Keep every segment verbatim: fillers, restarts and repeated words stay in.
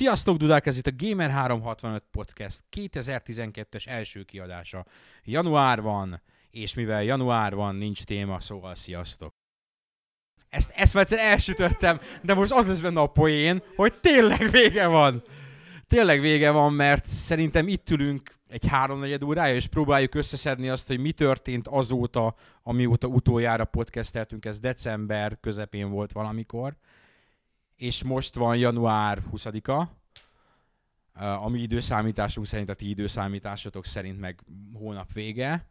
Sziasztok, Dudák! Ez itt a Gamer háromszázhatvanöt Podcast kétezer-tizenkettes első kiadása. Január van, és mivel január van, nincs téma, szóval sziasztok! Ezt, ezt már egyszer elsütöttem, de most az lesz benne a poén, hogy tényleg vége van! Tényleg vége van, mert szerintem itt ülünk egy háromnegyed órája, és próbáljuk összeszedni azt, hogy mi történt azóta, amióta utoljára podcasteltünk, ez december közepén volt valamikor. És most van január huszadika, a mi időszámításunk szerint, a ti időszámításotok szerint meg hónap vége.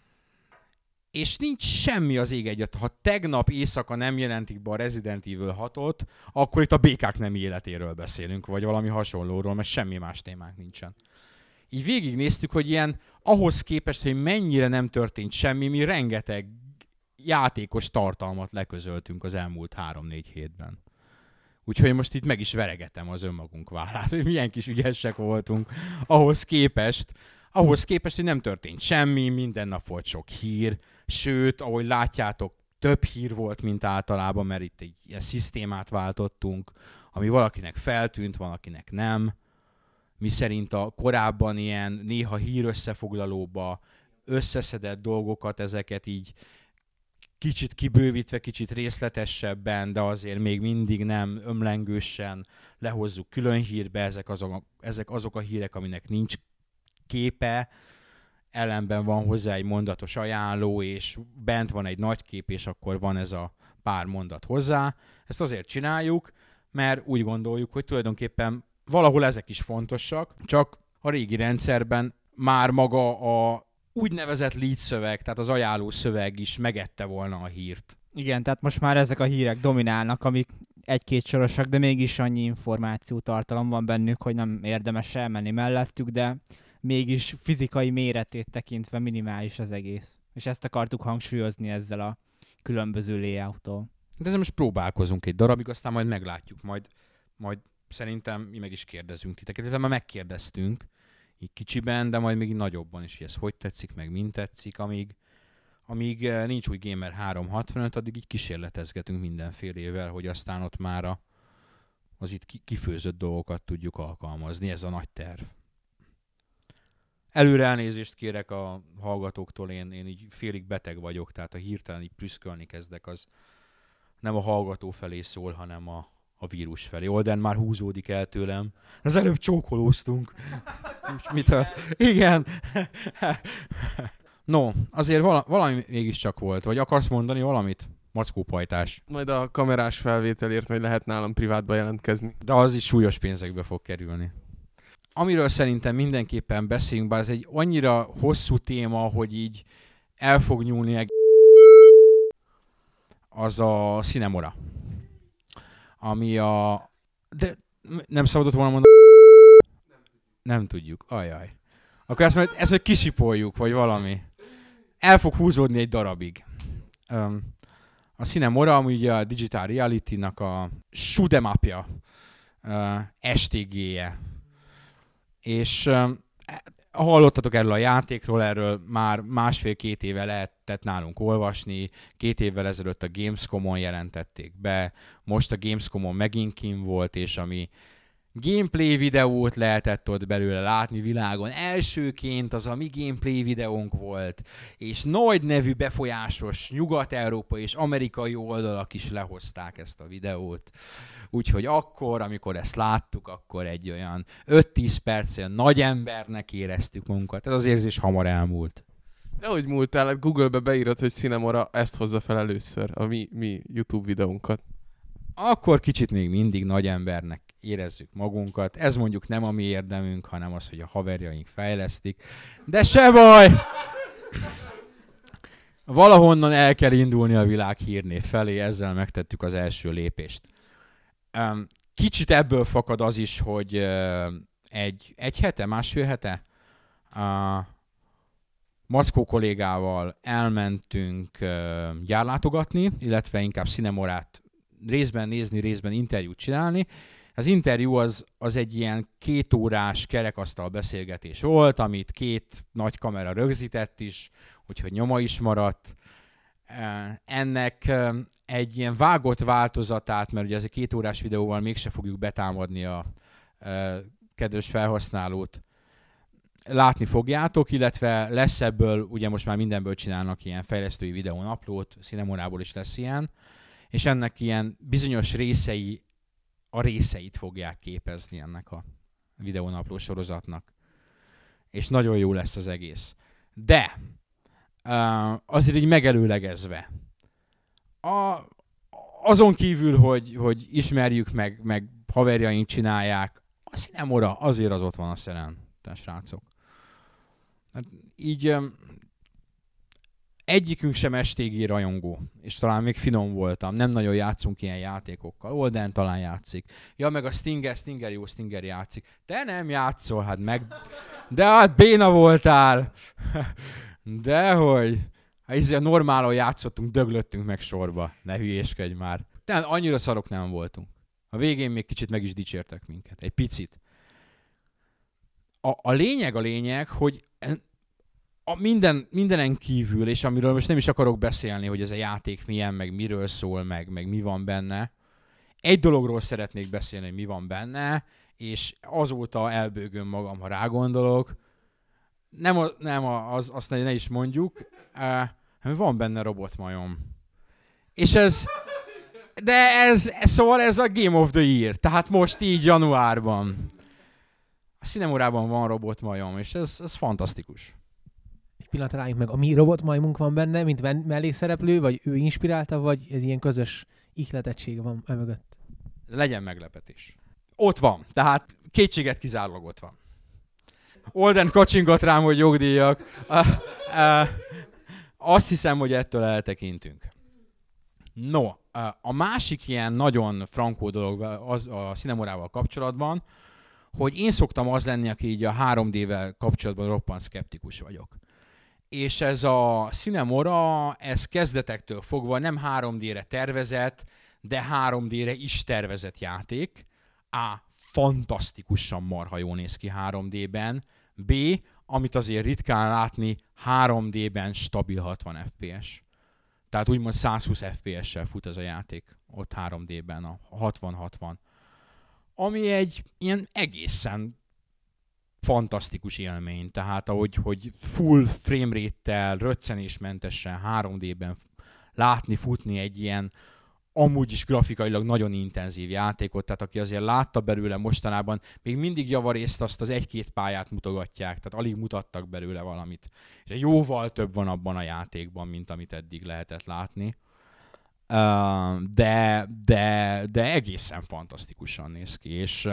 És nincs semmi az ég egyet. Ha tegnap éjszaka nem jelentik be a Resident Evil hatot, akkor itt a békák nem életéről beszélünk, vagy valami hasonlóról, mert semmi más témánk nincsen. Így végignéztük, hogy ilyen ahhoz képest, hogy mennyire nem történt semmi, mi rengeteg játékos tartalmat leközöltünk az elmúlt három-négy hétben. Úgyhogy most itt meg is veregetem az önmagunk vállát, hogy milyen kis ügyesek voltunk ahhoz képest, ahhoz képest, hogy nem történt semmi, minden nap volt sok hír, sőt, ahogy látjátok, több hír volt, mint általában, mert itt egy ilyen szisztémát váltottunk, ami valakinek feltűnt, valakinek nem. Mi szerint a korábban ilyen néha hír összefoglalóba összeszedett dolgokat, ezeket így kicsit kibővítve, kicsit részletesebben, de azért még mindig nem ömlengősen lehozzuk külön hírbe, ezek azok, ezek azok a hírek, aminek nincs képe, ellenben van hozzá egy mondatos ajánló, és bent van egy nagy kép, és akkor van ez a pár mondat hozzá. Ezt azért csináljuk, mert úgy gondoljuk, hogy tulajdonképpen valahol ezek is fontosak, csak a régi rendszerben már maga a úgynevezett lead szöveg, tehát az ajánló szöveg is megette volna a hírt. Igen, tehát most már ezek a hírek dominálnak, amik egy-két sorosak, de mégis annyi információ tartalom van bennük, hogy nem érdemes elmenni mellettük, de mégis fizikai méretét tekintve minimális az egész. És ezt akartuk hangsúlyozni ezzel a különböző layout-tól. De ezzel most próbálkozunk egy darabig, aztán majd meglátjuk, majd, majd szerintem mi meg is kérdezünk titeket, illetve már megkérdeztünk, így kicsiben, de majd még nagyobban is, hogy ez hogy tetszik, meg mint tetszik, amíg, amíg nincs új Gamer háromszázhatvanöt, addig így kísérletezgetünk mindenfélével, hogy aztán ott már a, az itt kifőzött dolgokat tudjuk alkalmazni, ez a nagy terv. Előre elnézést kérek a hallgatóktól, én, én így félig beteg vagyok, tehát ha hirtelen így prüszkölni kezdek, az nem a hallgató felé szól, hanem a a vírus felé. Olden már húzódik el tőlem. Az előbb csókolóztunk. Mitől? Igen. No, azért vala, valami mégiscsak volt. Vagy akarsz mondani valamit? Mackópajtás. Majd a kamerás felvételért majd lehet nálam privátba jelentkezni. De az is súlyos pénzekbe fog kerülni. Amiről szerintem mindenképpen beszéljünk, bár ez egy annyira hosszú téma, hogy így el fog nyúlni egy az a Cinemora. Ami a... De nem szabadott volna mondani... Nem tudjuk. Ajaj. Akkor ezt majd, ezt majd kisipoljuk, vagy valami. El fog húzódni egy darabig. Um, a Cinemora, ami ugye a Digital Reality-nak a shoot 'em up-ja. Uh, es té gé-je. És um, hallottatok erről a játékról, erről már másfél-két éve lehetett nálunk olvasni, két évvel ezelőtt a Gamescomon jelentették be, most a Gamescomon megint kim volt, és ami gameplay videót lehetett ott belőle látni világon, elsőként az a mi gameplay videónk volt, és nagy nevű befolyásos nyugat-európai és amerikai oldalak is lehozták ezt a videót. Úgyhogy akkor, amikor ezt láttuk, akkor egy olyan öt-tíz perc olyan nagy embernek éreztük magunkat. Ez az érzés hamar elmúlt. De hogy múltál, hát Google-be beírod, hogy Cinemora ezt hozza fel először, a mi, mi YouTube videónkat. Akkor kicsit még mindig nagy embernek érezzük magunkat. Ez mondjuk nem a mi érdemünk, hanem az, hogy a haverjaink fejlesztik. De se baj! Valahonnan el kell indulni a világ hírnév felé, ezzel megtettük az első lépést. Kicsit ebből fakad az is, hogy egy, egy hete, másfél hete a Mackó kollégával elmentünk gyárlátogatni, illetve inkább Cinemorát részben nézni, részben interjút csinálni. Az interjú az, az egy ilyen kétórás kerekasztal beszélgetés volt, amit két nagy kamera rögzített is, úgyhogy nyoma is maradt. Ennek egy ilyen vágott változatát, mert ugye ez a két órás videóval mégse fogjuk betámadni a kedves felhasználót látni fogjátok, illetve lesz ebből, ugye most már mindenből csinálnak ilyen fejlesztői videónaplót, Cinemorából is lesz ilyen, és ennek ilyen bizonyos részei, a részeit fogják képezni ennek a videónapló sorozatnak. És nagyon jó lesz az egész. De azért így megelőlegezve, a, azon kívül, hogy, hogy ismerjük meg, meg haverjaink csinálják, a Cinemora azért az ott van a szeren, te srácok. Hát így egyikünk sem es té gé rajongó, és talán még finom voltam, nem nagyon játszunk ilyen játékokkal. Olden talán játszik. Ja, meg a Stinger, Stinger jó, Stinger játszik. Te nem játszol, hát meg... De hát béna voltál! Dehogy! Hát ezzel normálon játszottunk, döglöttünk meg sorba. Ne hülyéskedj már. De annyira szarok nem voltunk. A végén még kicsit meg is dicsértek minket. Egy picit. A, a lényeg a lényeg, hogy a minden, mindenen kívül, és amiről most nem is akarok beszélni, hogy ez a játék milyen, meg miről szól, meg, meg mi van benne. Egy dologról szeretnék beszélni, hogy mi van benne, és azóta elbőgöm magam, ha rágondolok. Nem, a, nem a, az, azt ne, ne is mondjuk, uh, van benne robotmajom. És ez... De ez, szóval ez a Game of the Year, tehát most így januárban. A Cinemorában van robotmajom, és ez, ez fantasztikus. Egy pillanatra álljunk meg, a mi robotmajmunk van benne, mint mellékszereplő, vagy ő inspirálta, vagy ez ilyen közös ihletettség van e mögött? Legyen meglepetés. Ott van, tehát kétséget kizárólag ott van. Olden kacsingat rám, hogy jogdíjak. Uh, uh, azt hiszem, hogy ettől eltekintünk. No, uh, a másik ilyen nagyon frankó dolog az a Cinemorával kapcsolatban, hogy én szoktam az lenni, aki így a három dé-vel kapcsolatban roppant szkeptikus vagyok. És ez a Cinemora, ez kezdetektől fogva nem három dé-re tervezett, de három dé-re is tervezett játék. A. Fantasztikusan marha jól néz ki három dé-ben. B. Amit azért ritkán látni, három dé-ben stabil hatvan ef pé es. Tehát úgymond száz húsz ef pé es-sel fut ez a játék ott három dé-ben, a hatvan hatvan. Ami egy ilyen egészen fantasztikus élmény. Tehát ahogy hogy full frame rate-tel, röccenésmentesen három dé-ben látni, futni egy ilyen amúgy is grafikailag nagyon intenzív játékot, tehát aki azért látta belőle mostanában, még mindig javarészt azt az egy-két pályát mutogatják, tehát alig mutattak belőle valamit. És jóval több van abban a játékban, mint amit eddig lehetett látni. De, de, de egészen fantasztikusan néz ki, és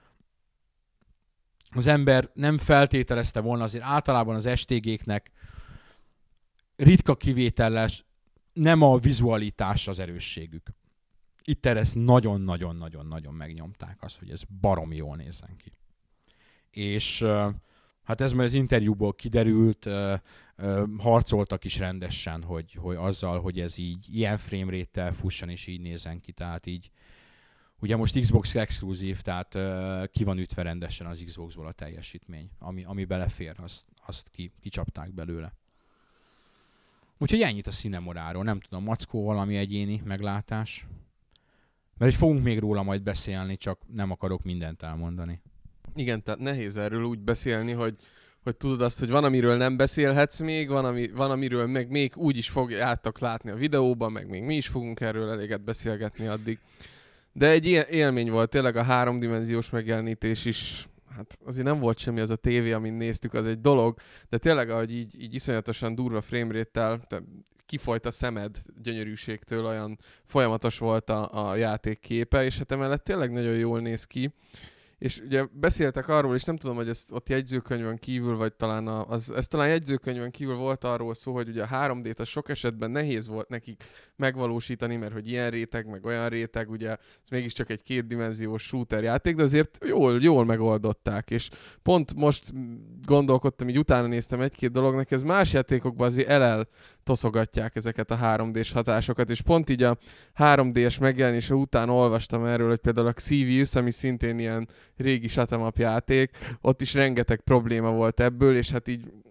az ember nem feltételezte volna, azért általában az es té gé-knek ritka kivételes nem a vizualitás az erősségük. Itt ezt nagyon-nagyon-nagyon-nagyon megnyomták azt, hogy ez baromi jól nézzen ki. És hát ez már az interjúból kiderült, harcoltak is rendesen, hogy, hogy azzal, hogy ez így ilyen frame rate-tel fusson és így nézzen ki. Tehát így, ugye most Xbox exkluzív, tehát ki van ütve rendesen az Xboxból a teljesítmény. Ami, ami belefér, azt, azt ki, kicsapták belőle. Úgyhogy ennyit a Cinemoráról. Nem tudom, Mackó, valami egyéni meglátás? Mert hogy fogunk még róla majd beszélni, csak nem akarok mindent elmondani. Igen, tehát nehéz erről úgy beszélni, hogy, hogy tudod azt, hogy van, amiről nem beszélhetsz még, van, ami, van amiről meg még úgy is fogjátok látni a videóban, meg még mi is fogunk erről eléget beszélgetni addig. De egy élmény volt, tényleg a háromdimenziós megjelenítés is, hát azért nem volt semmi, az a tévé, amin néztük, az egy dolog, de tényleg, ahogy így, így iszonyatosan durva framerate-tel, kifolyt a szemed gyönyörűségtől, olyan folyamatos volt a, a játék képe, és hát emellett tényleg nagyon jól néz ki. És ugye beszéltek arról, és nem tudom, hogy ez ott jegyzőkönyvön kívül, vagy talán a, az, ez talán jegyzőkönyvön kívül volt arról szó, hogy ugye a három dét az sok esetben nehéz volt nekik megvalósítani, mert hogy ilyen réteg, meg olyan réteg, ugye ez mégiscsak egy kétdimenziós shooter játék, de azért jól, jól megoldották, és pont most gondolkodtam, így utána néztem egy-két dolognak, ez más játékokban azért elel toszogatják ezeket a három dés hatásokat, és pont így a három dés megjelenése után olvastam erről, hogy például a Xevious, ami szintén ilyen régi shut 'em up játék, ott is rengeteg probléma volt ebből, és hát így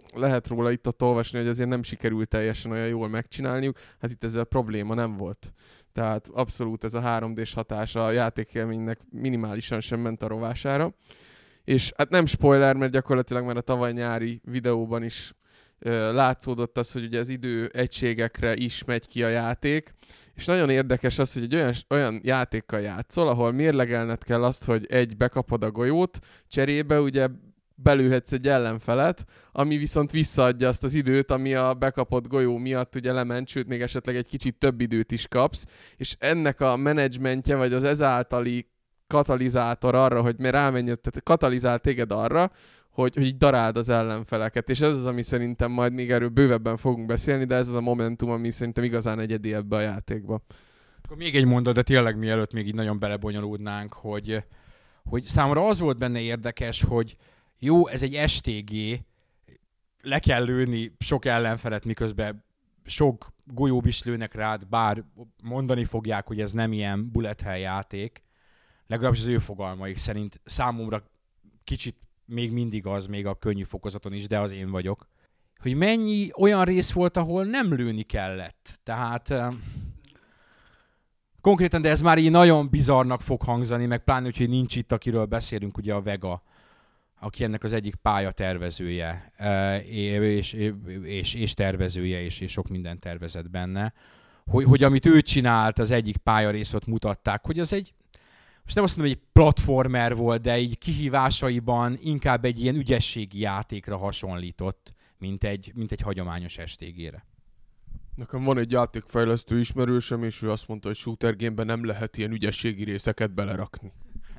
lehet róla itt-ott olvasni, hogy azért nem sikerült teljesen olyan jól megcsinálniuk, hát itt ezzel probléma nem volt. Tehát abszolút ez a három dés hatása a játékélménynek minimálisan sem ment a rovására. És hát nem spoiler, mert gyakorlatilag már a tavaly nyári videóban is ö, látszódott az, hogy ugye az idő egységekre is megy ki a játék, és nagyon érdekes az, hogy egy olyan, olyan játékkal játszol, ahol mérlegelned kell azt, hogy egy, bekapod a golyót, cserébe ugye belőhetsz egy ellenfelet, ami viszont visszaadja azt az időt, ami a bekapott golyó miatt ugye lement, sőt még esetleg egy kicsit több időt is kapsz, és ennek a menedzsmentje, vagy az ezáltali katalizátor arra, hogy mi rámenj, tehát katalizál téged arra, hogy, hogy így daráld az ellenfeleket, és ez az, ami szerintem majd még erről bővebben fogunk beszélni, de ez az a momentum, ami szerintem igazán egyedi ebbe a játékba. Akkor még egy mondat, de tényleg mielőtt még így nagyon belebonyolódnánk, hogy, hogy számomra az volt benne érdekes, hogy jó, ez egy es té gé, le kell lőni sok ellenfelet, miközben sok golyób is lőnek rád, bár mondani fogják, hogy ez nem ilyen bullet hell játék, legalábbis az ő fogalmaik szerint számomra kicsit még mindig az, még a könnyű fokozaton is, de az én vagyok, hogy mennyi olyan rész volt, ahol nem lőni kellett. Tehát uh, konkrétan, de ez már így nagyon bizarrnak fog hangzani, meg pláne, hogy nincs itt, akiről beszélünk, ugye a Vega, aki ennek az egyik pályatervezője, uh, és, és, és tervezője, és, és sok minden tervezett benne, hogy, hogy amit ő csinált, az egyik pályarészot mutatták, hogy az egy, most nem azt mondom, hogy egy platformer volt, de így kihívásaiban inkább egy ilyen ügyességi játékra hasonlított, mint egy, mint egy hagyományos es té gére. Nekem van egy játékfejlesztő ismerősöm, és ő azt mondta, hogy shooter game-ben nem lehet ilyen ügyességi részeket belerakni.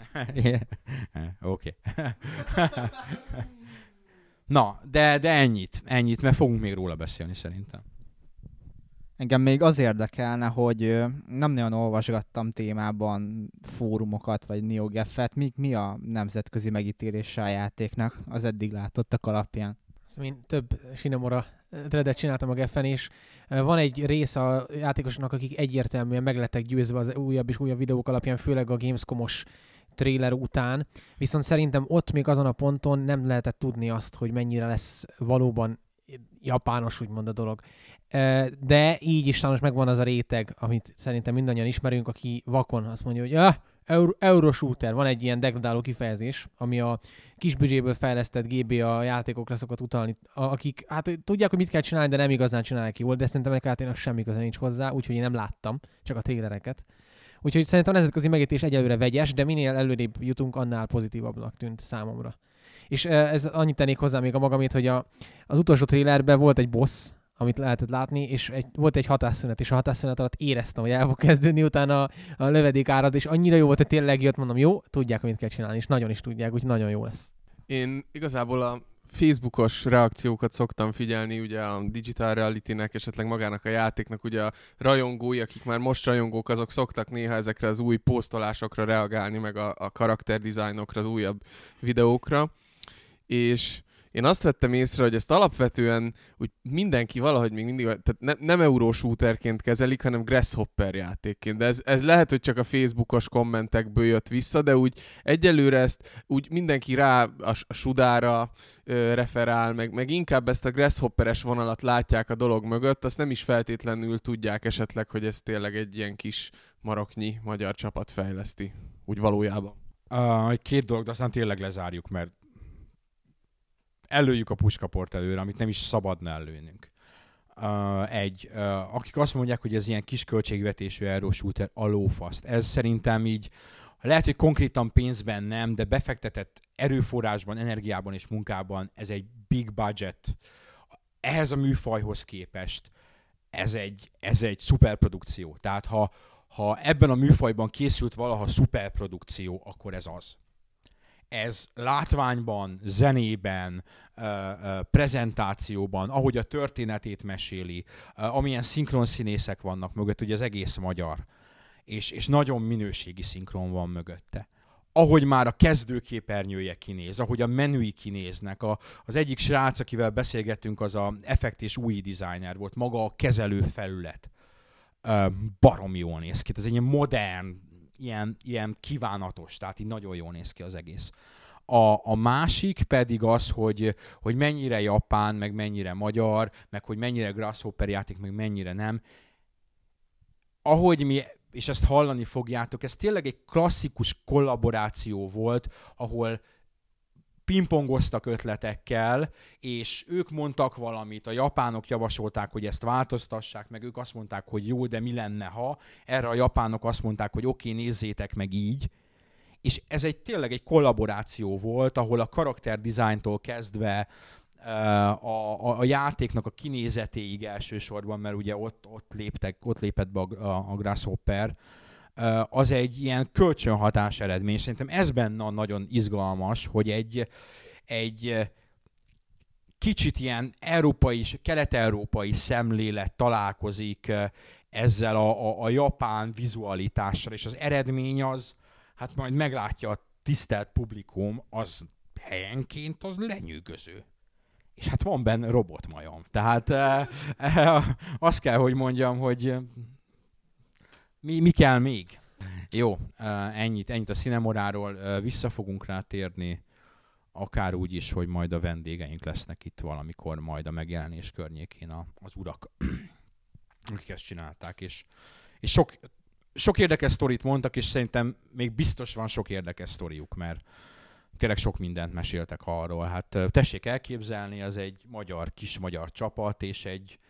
Oké. Na, de, de ennyit, ennyit, mert fogunk még róla beszélni szerintem. Engem még az érdekelne, hogy ö, nem nagyon olvasgattam témában fórumokat, vagy NeoGAF-et. Mi, mi a nemzetközi megítélése a játéknak az eddig látottak alapján? Én több Shinomura threadet csináltam a geffen, és van egy rész a játékosoknak, akik egyértelműen meg lettek győzve az újabb és újabb videók alapján, főleg a Gamescom-os trailer után, viszont szerintem ott még azon a ponton nem lehetett tudni azt, hogy mennyire lesz valóban japános, úgymond a dolog. De így is sajnos megvan az a réteg, amit szerintem mindannyian ismerünk, aki vakon azt mondja, hogy ah, Euro, Euroshooter, van egy ilyen degradáló kifejezés, ami a kis büdzséből fejlesztett gé bé á játékokra szokott utalni, akik hát tudják, hogy mit kell csinálni, de nem igazán csinálják jól, de szerintem ennek játéknak semmi köze nincs hozzá, úgyhogy én nem láttam, csak a trailereket. Úgyhogy szerintem a nemzetközi megítés egyelőre vegyes, de minél előrébb jutunk, annál pozitívabbnak tűnt számomra. És ez annyit tennék hozzá még a magamét, hogy a, az utolsó trailerben volt egy boss, amit lehetett látni, és egy, volt egy hatásszünet, és a hatásszünet alatt éreztem, hogy el fog kezdődni utána a, a lövedék árad, és annyira jó volt, hogy tényleg jött, mondom, jó, tudják, mit kell csinálni, és nagyon is tudják, úgyhogy nagyon jó lesz. Én igazából a Facebookos reakciókat szoktam figyelni, ugye a Digital Reality-nek, esetleg magának a játéknak, ugye a rajongói, akik már most rajongók, azok szoktak néha ezekre az új posztolásokra reagálni, meg a, a karakterdizájnokra, az újabb videókra, és én azt vettem észre, hogy ezt alapvetően úgy mindenki valahogy még mindig, tehát ne, nem Euro-shooterként kezelik, hanem Grasshopper játékként. De ez, ez lehet, hogy csak a Facebookos kommentekből jött vissza, de úgy egyelőre ezt úgy mindenki rá a, a Sudára ö, referál, meg, meg inkább ezt a Grasshopperes vonalat látják a dolog mögött, azt nem is feltétlenül tudják esetleg, hogy ez tényleg egy ilyen kis maroknyi magyar csapat fejleszti. Úgy valójában. Uh, két dolog, de aztán tényleg lezárjuk, mert előjük a puskaport előre, amit nem is szabadna előnünk. Uh, egy, uh, akik azt mondják, hogy ez ilyen kis költségvetésű Euro-shooter, a lófaszt. Ez szerintem így, lehet, hogy konkrétan pénzben nem, de befektetett erőforrásban, energiában és munkában ez egy big budget. Ehhez a műfajhoz képest ez egy, ez egy szuperprodukció. Tehát ha, ha ebben a műfajban készült valaha szuperprodukció, akkor ez az. Ez látványban, zenében, prezentációban, ahogy a történetét meséli, amilyen szinkronszínészek vannak mögött, ugye az egész magyar, és, és nagyon minőségi szinkron van mögötte. Ahogy már a kezdőképernyője kinéz, ahogy a menüi kinéznek, a, az egyik srác, akivel beszélgettünk, az a effekt és új designer volt, maga a kezelő felület. Barom jól néz ki, ez egy ilyen modern, Ilyen, ilyen kívánatos, tehát így nagyon jól néz ki az egész. A, a másik pedig az, hogy, hogy mennyire japán, meg mennyire magyar, meg hogy mennyire Grasshopper játék, meg mennyire nem. Ahogy mi, és ezt hallani fogjátok, ez tényleg egy klasszikus kollaboráció volt, ahol pingpongoztak ötletekkel, és ők mondtak valamit, a japánok javasolták, hogy ezt változtassák, meg ők azt mondták, hogy jó, de mi lenne, ha. Erre a japánok azt mondták, hogy oké, okay, nézzétek meg így. És ez egy tényleg egy kollaboráció volt, ahol a karakterdizájntól kezdve a, a, a játéknak a kinézetéig elsősorban, mert ugye ott, ott, léptek, ott lépett be a, a, a Grasshopper, az egy ilyen kölcsönhatás eredmény. Szerintem ez benne nagyon izgalmas, hogy egy, egy kicsit ilyen európai, kelet-európai szemlélet találkozik ezzel a, a, a japán vizualitással, és az eredmény az, hát majd meglátja a tisztelt publikum, az helyenként az lenyűgöző. És hát van benne robotmajom. Tehát e, e, azt kell, hogy mondjam, hogy mi, mi kell még? Jó, ennyit, ennyit a Cinemoráról, vissza fogunk rá térni, akár úgy is, hogy majd a vendégeink lesznek itt valamikor majd a megjelenés környékén a, az urak, akik ezt csinálták, és, és sok, sok érdekes sztorit mondtak, és szerintem még biztos van sok érdekes sztoriuk, mert tényleg sok mindent meséltek arról. Hát tessék elképzelni, az egy magyar, kis magyar csapat, és egy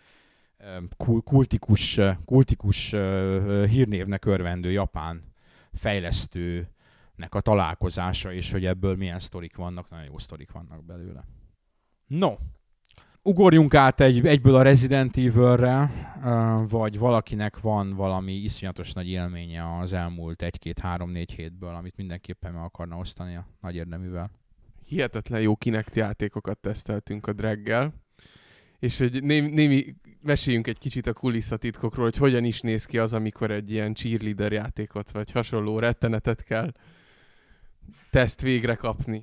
kultikus, kultikus hírnévnek örvendő japán fejlesztőnek a találkozása, és hogy ebből milyen sztorik vannak, nagyon jó sztorik vannak belőle. No, ugorjunk át egy, egyből a Resident Evil-re, vagy valakinek van valami iszonyatos nagy élménye az elmúlt egy-két-három-négy hétből, amit mindenképpen meg akarna osztani a nagy érdeművel. Hihetetlen jó Kinect játékokat teszteltünk a Draggel, és hogy némi, némi meséljünk egy kicsit a kulisszatitkokról, hogy hogyan is néz ki az, amikor egy ilyen cheerleader játékot, vagy hasonló rettenetet kell teszt végre kapni.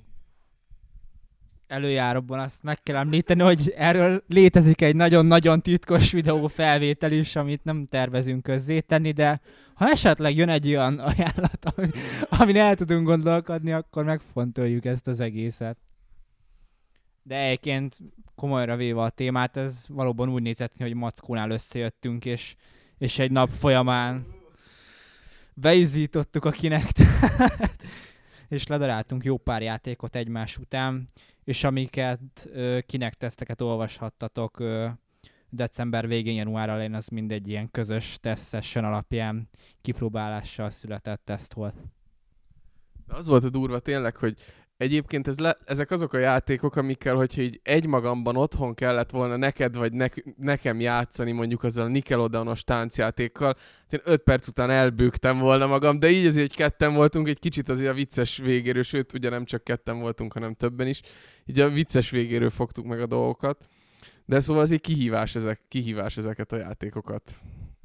Előjáróban azt meg kell említeni, hogy erről létezik egy nagyon-nagyon titkos videó felvétel is, amit nem tervezünk közzétenni, de ha esetleg jön egy olyan ajánlat, ami, amin el tudunk gondolkodni, akkor megfontoljuk ezt az egészet. De egyébként komolyra véve a témát, ez valóban úgy nézett ki, hogy Mackónál összejöttünk, és, és egy nap folyamán beizítottuk a Kinectet, és ledaráltunk jó pár játékot egymás után, és amiket uh, Kinect teszteket olvashattatok uh, december végén, január elején, az mindegy ilyen közös test session alapján kipróbálással született teszt volt. De az volt a durva tényleg, hogy egyébként ez le, ezek azok a játékok, amikkel, hogyha így egymagamban otthon kellett volna neked vagy ne, nekem játszani mondjuk azzal a Nickelodeonos táncjátékkal, én öt perc után elbőgtem volna magam, de így azért, hogy ketten voltunk, egy kicsit azért a vicces végéről, sőt, ugye nem csak ketten voltunk, hanem többen is, így a vicces végéről fogtuk meg a dolgokat. De szóval azért kihívás, ezek, kihívás ezeket a játékokat.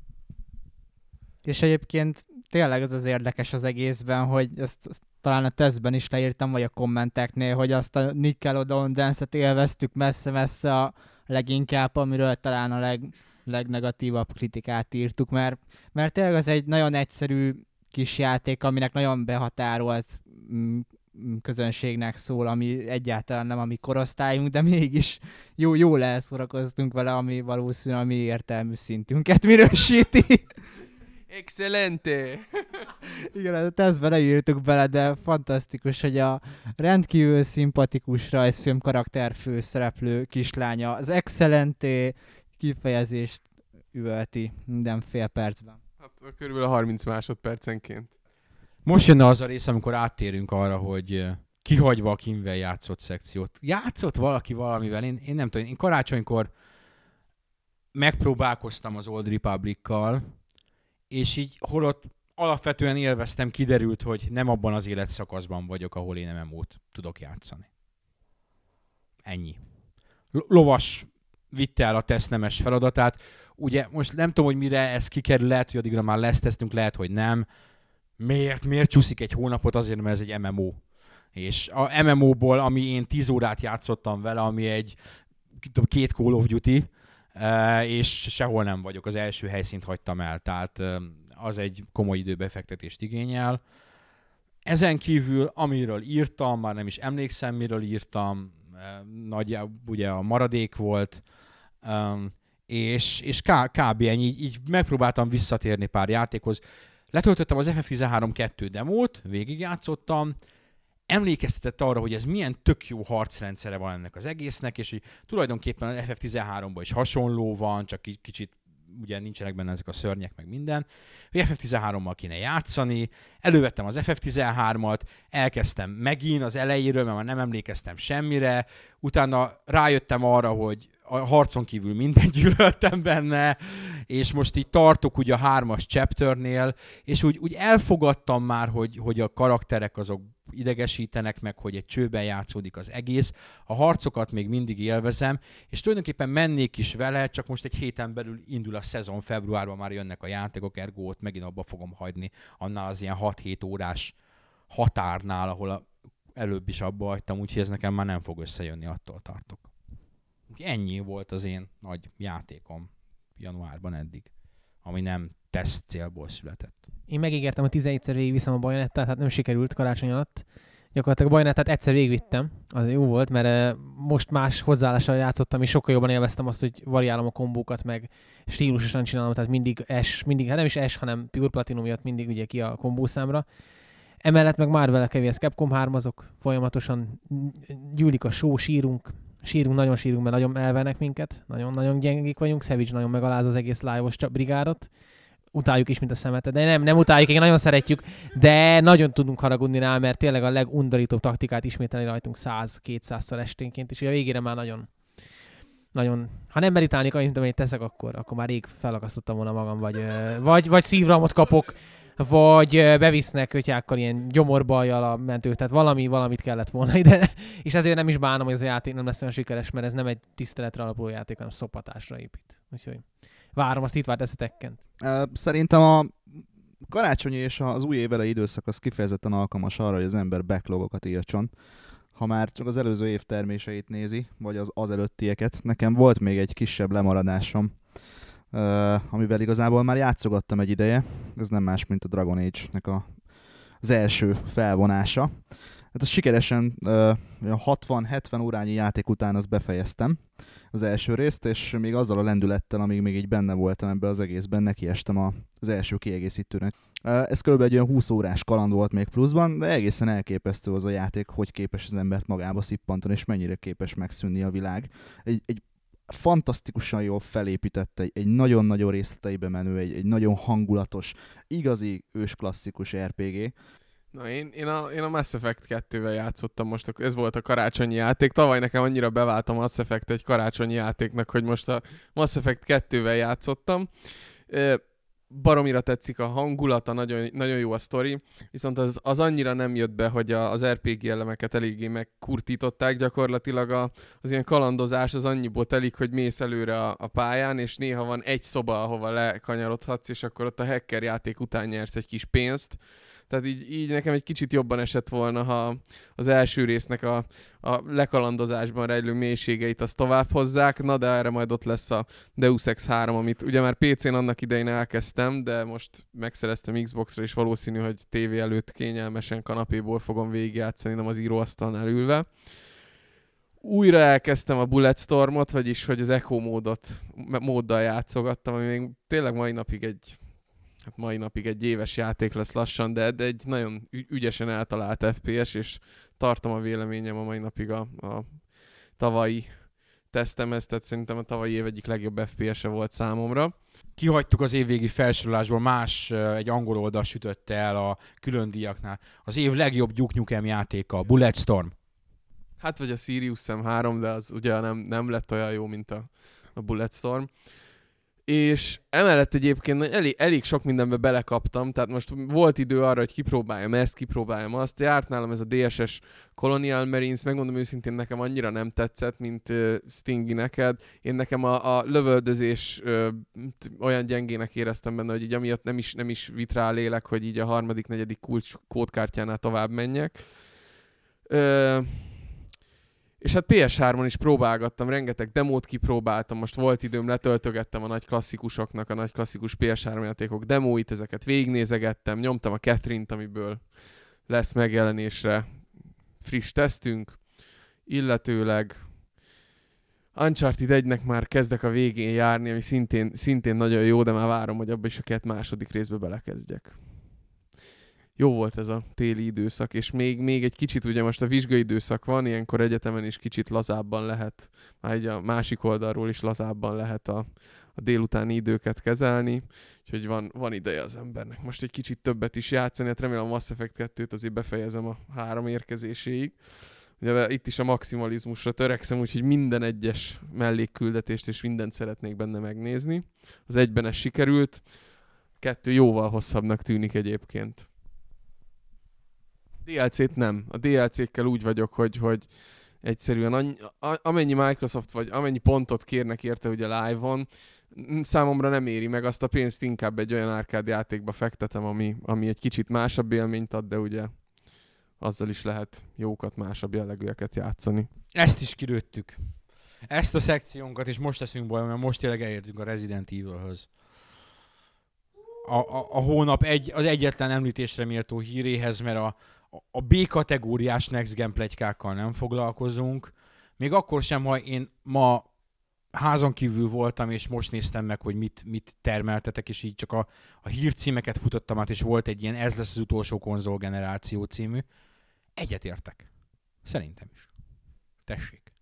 És egyébként tényleg az az érdekes az egészben, hogy ezt, ezt talán a tesztben is leírtam, vagy a kommenteknél, hogy azt a Nickelodeon Dance-et élveztük messze-messze a leginkább, amiről talán a leg, legnegatívabb kritikát írtuk, mert, mert tényleg az egy nagyon egyszerű kis játék, aminek nagyon behatárolt mm, közönségnek szól, ami egyáltalán nem a mi korosztályunk, de mégis jó, jól elszórakoztunk vele, ami valószínűleg a mi értelmű szintünket minősíti. Excelente! Igen, a tesztben leírtuk bele, de fantasztikus, hogy a rendkívül szimpatikus rajzfilm karakter főszereplő kislánya az excelente kifejezést üvölti minden fél percben. Hát körülbelül harminc másodpercenként. Most jönne az a rész, amikor áttérünk arra, hogy kihagyva a Kimvel játszott szekciót. Játszott valaki valamivel? Én, én nem tudom, én karácsonykor megpróbálkoztam az Old Republic-kal, és így holott alapvetően élveztem, kiderült, hogy nem abban az életszakaszban vagyok, ahol én em em ó-t tudok játszani. Ennyi. L- lovas vitte el a tesztnemes feladatát. Ugye most nem tudom, hogy mire ez kikerül, lehet, hogy addigra már lesz tesztünk, lehet, hogy nem. Miért? Miért csúszik egy hónapot? Azért, mert ez egy em em o. És a em em o-ból, ami én tíz órát játszottam vele, ami egy két Call of Duty, és sehol nem vagyok, az első helyszínt hagytam el, tehát az egy komoly időbefektetést igényel. Ezen kívül, amiről írtam, már nem is emlékszem, miről írtam, nagyjából ugye a maradék volt, um, és, és kb. ennyi, így, így megpróbáltam visszatérni pár játékhoz. Letöltöttem az ef ef tizenhárom kettő demót, végigjátszottam, emlékeztetett arra, hogy ez milyen tök jó harcrendszere van ennek az egésznek, és hogy tulajdonképpen az ef ef tizenháromban is hasonló van, csak így kicsit ugye nincsenek benne ezek a szörnyek, meg minden, hogy ef ef tizenhárommal kéne játszani, elővettem az ef ef tizenhármat, elkezdtem megint az elejéről, mert már nem emlékeztem semmire, utána rájöttem arra, hogy a harcon kívül mindent gyűlöltem benne, és most így tartok ugye a hármas chapternél, és úgy, úgy elfogadtam már, hogy, hogy a karakterek azok idegesítenek meg, hogy egy csőben játszódik az egész. A harcokat még mindig élvezem, és tulajdonképpen mennék is vele, csak most egy héten belül indul a szezon, februárban már jönnek a játékok, ergo ott megint abba fogom hagyni, annál az ilyen hat-hét órás határnál, ahol a, előbb is abba hagytam, úgyhogy ez nekem már nem fog összejönni, attól tartok. Ennyi volt az én nagy játékom januárban eddig, ami nem teszt célból született. Én megígértem, hogy tizenegyszer végigviszem a Bajonettát, hát nem sikerült karácsony alatt. Gyakorlatilag a Bajonettát egyszer végigvittem, az jó volt, mert most más hozzáállással játszottam, és sokkal jobban élveztem azt, hogy variálom a kombókat, meg stílusosan csinálom, tehát mindig S, mindig, hát nem is S, hanem Pure Platinum miatt mindig ugye ki a kombószámra. Emellett meg már vele kevés Capcom hármazok, folyamatosan gyűlik a só, sírunk, sírunk, nagyon sírunk, mert nagyon elvernek minket, nagyon-nagyon gyengék vagyunk, Savage nagyon megaláz az egész live-os brigádot, utáljuk is, mint a szemetet, de nem, nem utáljuk, igen, nagyon szeretjük, de nagyon tudunk haragudni rá, mert tényleg a legundorítóbb taktikát ismételni rajtunk száz-kétszázszor esténként, és a végére már nagyon, nagyon, ha nem meditálnék annyit, amit teszek, akkor, akkor már rég felakasztottam volna magam, vagy, vagy, vagy szívramot kapok, vagy bevisznek ötyákkal ilyen gyomorbajjal a mentőt, tehát valami, valamit kellett volna ide, és ezért nem is bánom, hogy ez a játék nem lesz olyan sikeres, mert ez nem egy tiszteletre alapuló játék, hanem szopatásra épít. Úgyhogy várom, azt itt várt eszetekken. Szerintem a karácsonyi és az új év elejé időszak az kifejezetten alkalmas arra, hogy az ember backlogokat írtson. Ha már csak az előző év terméseit nézi, vagy az, az előttieket, nekem volt még egy kisebb lemaradásom, Uh, amivel igazából már játszogattam egy ideje. Ez nem más, mint a Dragon Age-nek a, az első felvonása. Hát az sikeresen uh, hatvan-hetven órányi játék után azt befejeztem az első részt, és még azzal a lendülettel, amíg még így benne voltam ebben az egészben, nekiestem a, az első kiegészítőnek. Uh, ez kb. Egy olyan húsz órás kaland volt még pluszban, de egészen elképesztő az a játék, hogy képes az embert magába szippantani, és mennyire képes megszűnni a világ. Egy, egy fantasztikusan jól felépített, egy, egy nagyon-nagyon részleteibe menő, egy, egy nagyon hangulatos, igazi ősklasszikus er pé gé. Na én, én, a, én a Mass Effect kettővel játszottam most, ez volt a karácsonyi játék. Tavaly nekem annyira bevált a Mass Effect egy karácsonyi játéknak, hogy most a Mass Effect kettővel játszottam. Baromira tetszik a hangulata, nagyon, nagyon jó a sztori, viszont az, az annyira nem jött be, hogy a, az er pé gé elemeket eléggé megkurtították, gyakorlatilag a, az ilyen kalandozás az annyiból telik, hogy mész előre a, a pályán, és néha van egy szoba, ahova lekanyarodhatsz, és akkor ott a hacker játék után nyersz egy kis pénzt. Tehát így, így nekem egy kicsit jobban esett volna, ha az első résznek a, a lekalandozásban rejlő mélységeit azt tovább hozzák, na de erre majd ott lesz a Deus Ex három, amit ugye már pé cén annak idején elkezdtem, de most megszereztem Xboxra, és valószínű, hogy tévé előtt kényelmesen kanapéból fogom végigjátszani, nem az íróasztalnál ülve. Újra elkezdtem a Bulletstormot, vagyis hogy az Echo módot, móddal játszogattam, ami még tényleg mai napig egy Hát mai napig egy éves játék lesz lassan, de, de egy nagyon ügyesen eltalált ef pé es, és tartom a véleményem a mai napig a, a tavalyi tesztemhez, tehát szerintem a tavalyi év egyik legjobb ef pé es-e volt számomra. Kihagytuk az évvégi felsorolásból, más egy angol oldal sütötte el a külön díjaknál. Az év legjobb Duke Nukem játéka, a Bulletstorm. Hát vagy a Sirius Sam három, de az ugye nem, nem lett olyan jó, mint a, a Bulletstorm. És emellett egyébként elég, elég sok mindenbe belekaptam, tehát most volt idő arra, hogy kipróbáljam ezt, kipróbáljam azt. Járt nálam ez a dé es es Colonial Marines, megmondom őszintén, nekem annyira nem tetszett, mint uh, Stingy neked. Én nekem a, a lövöldözés uh, olyan gyengének éreztem benne, hogy így amiatt nem is, nem is vit rá a lélek, hogy így a harmadik, negyedik kulcs kódkártyánál tovább menjek. Uh, És hát pé es hármon is próbálgattam, rengeteg demót kipróbáltam, most volt időm, letöltögettem a nagy klasszikusoknak, a nagy klasszikus pé es három játékok demóit, ezeket végignézegettem, nyomtam a Catherine-t, amiből lesz megjelenésre friss tesztünk, illetőleg Uncharted egynek már kezdek a végén járni, ami szintén, szintén nagyon jó, de már várom, hogy abba is a két második részbe belekezdjek. Jó volt ez a téli időszak, és még, még egy kicsit, ugye most a vizsgai időszak van, ilyenkor egyetemen is kicsit lazábban lehet, már egy a másik oldalról is lazábban lehet a, a délutáni időket kezelni, úgyhogy van, van ideje az embernek most egy kicsit többet is játszani, hát remélem a Mass Effect kettőt azért befejezem a három érkezéséig. Ugye itt is a maximalizmusra törekszem, úgyhogy minden egyes mellékküldetést és mindent szeretnék benne megnézni. Az egyben ez sikerült, kettő jóval hosszabbnak tűnik egyébként. dé el cét nem. A dé el cékkel úgy vagyok, hogy, hogy egyszerűen annyi, amennyi Microsoft vagy amennyi pontot kérnek érte ugye live-on, számomra nem éri meg, azt a pénzt inkább egy olyan arcade játékba fektetem, ami, ami egy kicsit másabb élményt ad, de ugye azzal is lehet jókat, másabb jellegűeket játszani. Ezt is kilőttük. Ezt a szekciónkat, és most teszünk baj, mert most tényleg elértünk a Resident Evilhöz. A, a, a hónap egy, az egyetlen említésre méltó híréhez, mert a, a B-kategóriás Next Gen pletykákkal nem foglalkozunk. Még akkor sem, ha én ma házon kívül voltam, és most néztem meg, hogy mit, mit termeltetek, és így csak a, a hírcímeket futottam át, és volt egy ilyen Ez lesz az utolsó konzolgeneráció című. Egyetértek. Szerintem is. Tessék.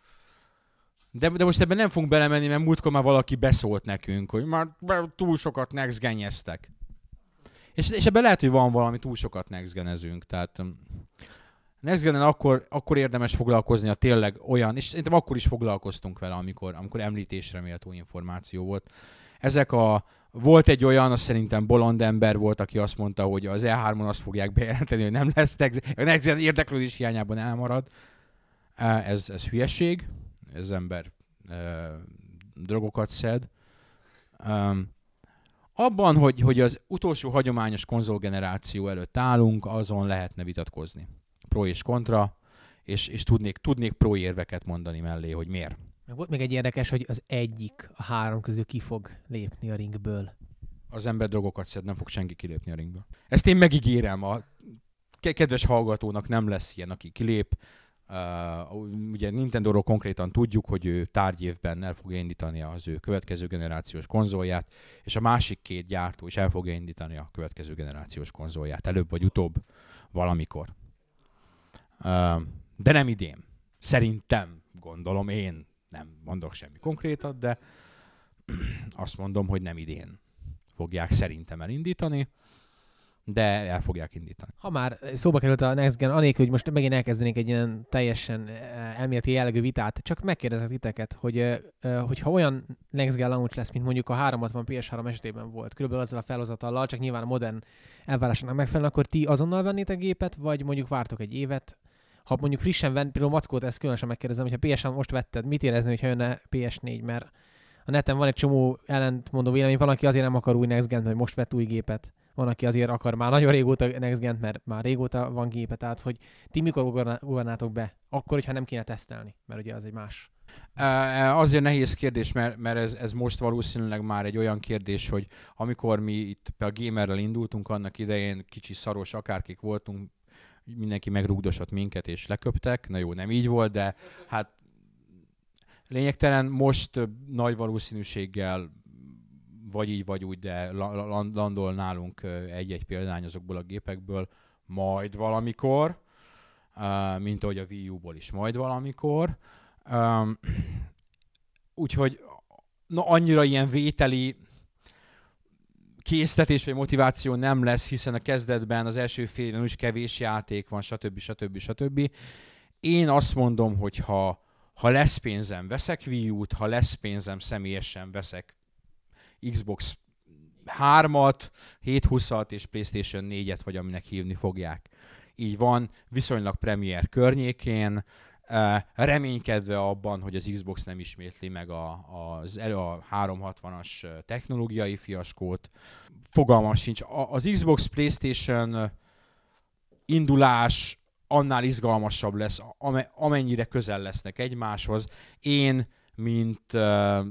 De, de most ebben nem fogunk belemenni, mert múltkor már valaki beszólt nekünk, hogy már túl sokat next gen-eztek. És, és ebben lehet, hogy van valami, túl sokat next gen-ezünk. Tehát next gen-en akkor, akkor érdemes foglalkozni, ha tényleg olyan, és szerintem akkor is foglalkoztunk vele, amikor, amikor említésre méltó információ volt. Ezek a, volt egy olyan, az szerintem bolond ember volt, aki azt mondta, hogy az E hármon azt fogják bejelenteni, hogy nem lesz next, a next gen érdeklődés hiányában elmarad. Ez, ez hülyeség. Ez ember uh, drogokat szed. Um, abban, hogy, hogy az utolsó hagyományos konzolgeneráció előtt állunk, azon lehetne vitatkozni. Pro és kontra, és, és tudnék, tudnék pro érveket mondani mellé, hogy miért. Meg volt még egy érdekes, hogy az egyik a három közül ki fog lépni a ringből. Az ember drogokat szed, nem fog senki kilépni a ringből. Ezt én megígérem, a kedves hallgatónak nem lesz ilyen, aki kilép. Uh, ugye Nintendo-ról konkrétan tudjuk, hogy ő tárgyévben el fogja indítani az ő következő generációs konzolját, és a másik két gyártó is el fogja indítani a következő generációs konzolját, előbb vagy utóbb, valamikor. Uh, de nem idén. Szerintem, gondolom én, nem mondok semmi konkrétat, de azt mondom, hogy nem idén fogják szerintem elindítani, de el fogják indítani. Ha már szóba került a Next Gen, anélkül, hogy most megint elkezdenék egy ilyen teljesen elméleti jellegű vitát, csak megkérdezek titeket, hogy hogyha olyan Next Gen launch lesz, mint mondjuk a háromszázhatvan pé es három esetében volt, körülbelül azzal a felhozatallal, csak nyilván a modern elvárásoknak megfelelően, akkor ti azonnal vennétek gépet, vagy mondjuk vártok egy évet? Ha mondjuk frissen venn, például Mackót, ezt különösen megkérdezem, hogyha pé es három most vetted, mit érezni, hogyha jönne pé es négy, mert a neten van egy csomó ellentmondó vélemény, van, aki azért nem akar új Next Gen, hogy most vett új gépet. Van, aki azért akar már nagyon régóta Next Gen, mert már régóta van gépe, tehát hogy ti mikor ugornátok be? Akkor, hogyha nem kéne tesztelni, mert ugye az egy más. Uh, azért nehéz kérdés, mert, mert ez, ez most valószínűleg már egy olyan kérdés, hogy amikor mi itt a Gamerrel indultunk annak idején, kicsi szaros akárkik voltunk, mindenki megrúgdosott minket és leköptek. Na jó, nem így volt, de hát lényegtelen most nagy valószínűséggel vagy így, vagy úgy, de landol nálunk egy-egy példány azokból a gépekből majd valamikor, mint ahogy a Wii U-ból is majd valamikor. Úgyhogy na, annyira ilyen vételi késztetés vagy motiváció nem lesz, hiszen a kezdetben az első fél évben is kevés játék van, stb. stb. stb. Én azt mondom, hogy ha, ha lesz pénzem, veszek Wii U-t, ha lesz pénzem, személyesen veszek Xbox hármat, hétszázhúszat és PlayStation négyet, vagy aminek hívni fogják. Így van, viszonylag premier környékén, reménykedve abban, hogy az Xbox nem ismétli meg a, az, a háromszázhatvanas technológiai fiaskót. Fogalmam sincs. Az Xbox PlayStation indulás annál izgalmasabb lesz, amennyire közel lesznek egymáshoz. Én, mint uh,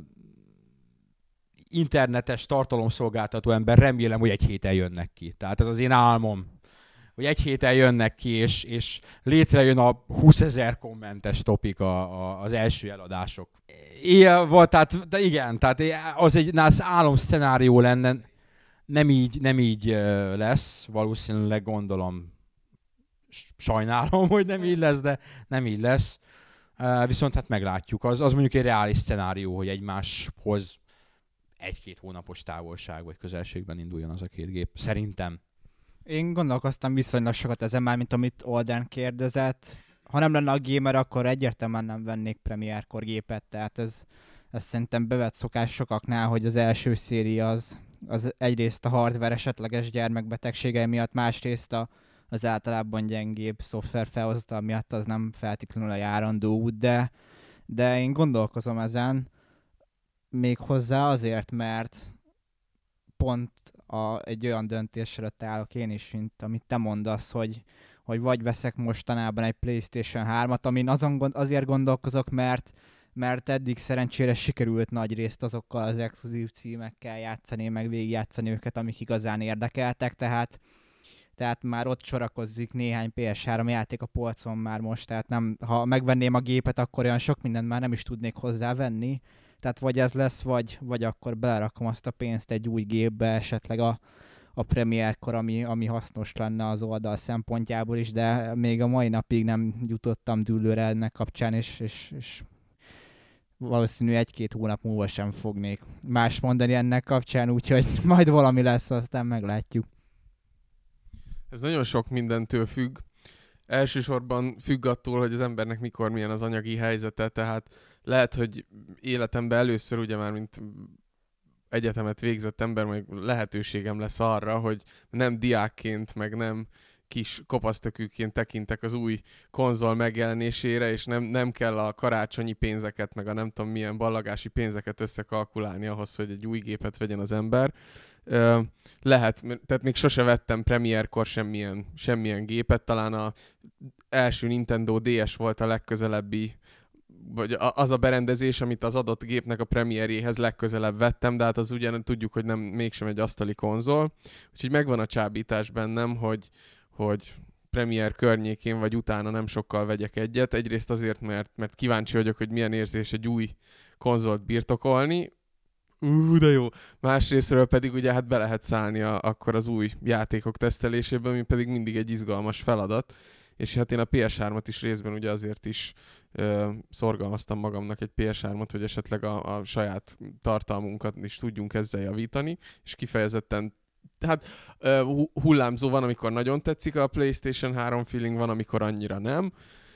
internetes tartalomszolgáltató ember remélem, hogy egy héten jönnek ki. Tehát ez az én álmom, hogy egy héten jönnek ki, és, és létrejön a húszezer kommentes topik a, a, az első eladások. Ilyen volt, tehát de igen, tehát az egy az álomszcenárió lenne, nem így, nem így lesz, valószínűleg gondolom, sajnálom, hogy nem így lesz, de nem így lesz. Viszont hát meglátjuk, az, az mondjuk egy reális szcenárió, hogy egymáshoz egy-két hónapos távolság vagy közelségben induljon az a két gép. Szerintem. Én gondolkoztam viszonylag sokat ezen már, mint amit Olden kérdezett. Ha nem lenne a gamer, akkor egyértelműen nem vennék Premiere-kor gépet, tehát ez, ez szerintem bevett szokás sokaknál, hogy az első széria az, az egyrészt a hardware esetleges gyermekbetegségei miatt, másrészt a, az általában gyengébb szoftver felhozatal miatt az nem feltétlenül a járandó út, de, de én gondolkozom ezen még hozzá azért, mert pont a, egy olyan döntés előtt állok én is, mint amit te mondasz, hogy, hogy vagy veszek mostanában egy PlayStation hármat, amin azon gond, azért gondolkozok, mert, mert eddig szerencsére sikerült nagy részt azokkal az exkluzív címekkel játszani, meg végigjátszani őket, amik igazán érdekeltek, tehát, tehát már ott sorakozzik néhány pé es három játék a polcon már most, tehát nem, ha megvenném a gépet, akkor olyan sok mindent már nem is tudnék hozzávenni. Tehát vagy ez lesz, vagy, vagy akkor belerakom azt a pénzt egy új gépbe, esetleg a, a Premiere-kor, ami, ami hasznos lenne az oldal szempontjából is, de még a mai napig nem jutottam dűlőre ennek kapcsán, és, és, és valószínű egy-két hónap múlva sem fognék más mondani ennek kapcsán, úgyhogy majd valami lesz, aztán meglátjuk. Ez nagyon sok mindentől függ. Elsősorban függ attól, hogy az embernek mikor milyen az anyagi helyzete, tehát lehet, hogy életemben először ugye már, mint egyetemet végzett ember, meg lehetőségem lesz arra, hogy nem diákként, meg nem kis kopasztökűként tekintek az új konzol megjelenésére, és nem, nem kell a karácsonyi pénzeket, meg a nem tudom milyen ballagási pénzeket összekalkulálni ahhoz, hogy egy új gépet vegyen az ember. Lehet, tehát még sose vettem Premiere-kor semmilyen, semmilyen gépet, talán az első Nintendo dé es volt a legközelebbi, vagy az a berendezés, amit az adott gépnek a premierjéhez legközelebb vettem, de hát az ugye tudjuk, hogy nem, mégsem egy asztali konzol. Úgyhogy megvan a csábítás bennem, hogy, hogy Premiere környékén, vagy utána nem sokkal vegyek egyet. Egyrészt azért, mert, mert kíváncsi vagyok, hogy milyen érzés egy új konzolt birtokolni. Ú, de jó. Másrésztről pedig ugye hát be lehet szállni a, akkor az új játékok tesztelésébe, ami pedig mindig egy izgalmas feladat. És hát én a pé es hármat is részben ugye azért is ö, szorgalmaztam magamnak egy pé es hármat, hogy esetleg a, a saját tartalmunkat is tudjunk ezzel javítani, és kifejezetten hát ö, hullámzó van, amikor nagyon tetszik a PlayStation három feeling, van, amikor annyira nem.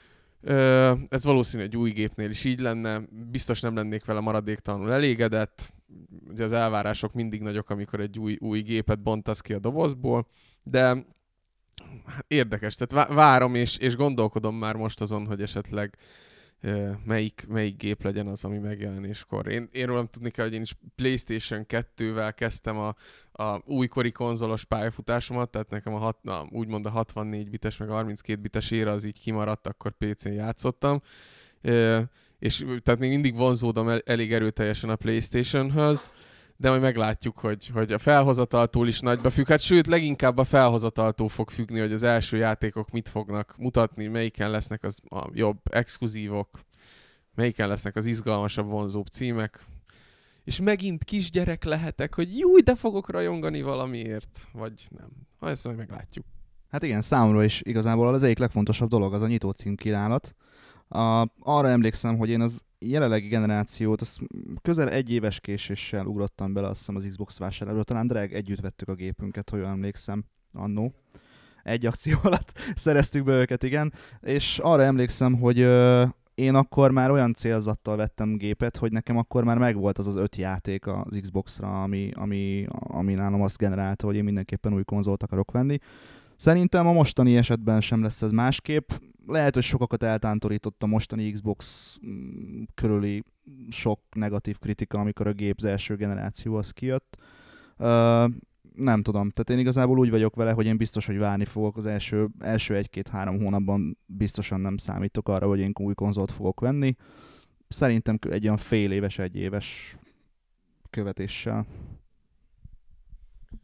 Ö, ez valószínű egy új gépnél is így lenne, biztos nem lennék vele maradéktalanul elégedett, ugye az elvárások mindig nagyok, amikor egy új, új gépet bontasz ki a dobozból, de érdekes, tehát várom és, és gondolkodom már most azon, hogy esetleg uh, melyik, melyik gép legyen az, ami megjelenéskor. Én, én rólam tudni kell, hogy én is PlayStation kettővel kezdtem a, a újkori konzolos pályafutásomat, tehát nekem a hat, na, úgymond a hatvannégy bites, meg a harminckét bites éra az így kimaradt, akkor pé cén játszottam. Uh, és tehát még mindig vonzódom el, elég erőteljesen a PlayStationhöz, de majd meglátjuk, hogy, hogy a felhozataltól is nagyba függ. Hát sőt, leginkább a felhozataltól fog függni, hogy az első játékok mit fognak mutatni, melyiken lesznek az a jobb exkluzívok, melyiken lesznek az izgalmasabb, vonzóbb címek. És megint kisgyerek lehetek, hogy júj, de fogok rajongani valamiért, vagy nem. Ha ezt majd meglátjuk. Hát igen, számomra is igazából az egyik legfontosabb dolog az a nyitó címkínálat. A, arra emlékszem, hogy én az jelenlegi generációt az közel egy éves késéssel ugrottam bele, azt hiszem az Xbox vásárlásra, talán Drag együtt vettük a gépünket, hogy emlékszem annó. Egy akció alatt szereztük be őket, igen, és arra emlékszem, hogy ö, én akkor már olyan célzattal vettem gépet, hogy nekem akkor már megvolt az az öt játék az Xboxra, ami, ami, ami nálam azt generálta, hogy én mindenképpen új konzolt akarok venni. Szerintem a mostani esetben sem lesz ez másképp. Lehet, hogy sokakat eltántorított a mostani Xbox körüli sok negatív kritika, amikor a gép az első generáció az kijött. Uh, nem tudom, tehát én igazából úgy vagyok vele, hogy én biztos, hogy várni fogok az első, első egy-két-három hónapban, biztosan nem számítok arra, hogy én új konzolt fogok venni. Szerintem egy olyan fél éves, egy éves követéssel.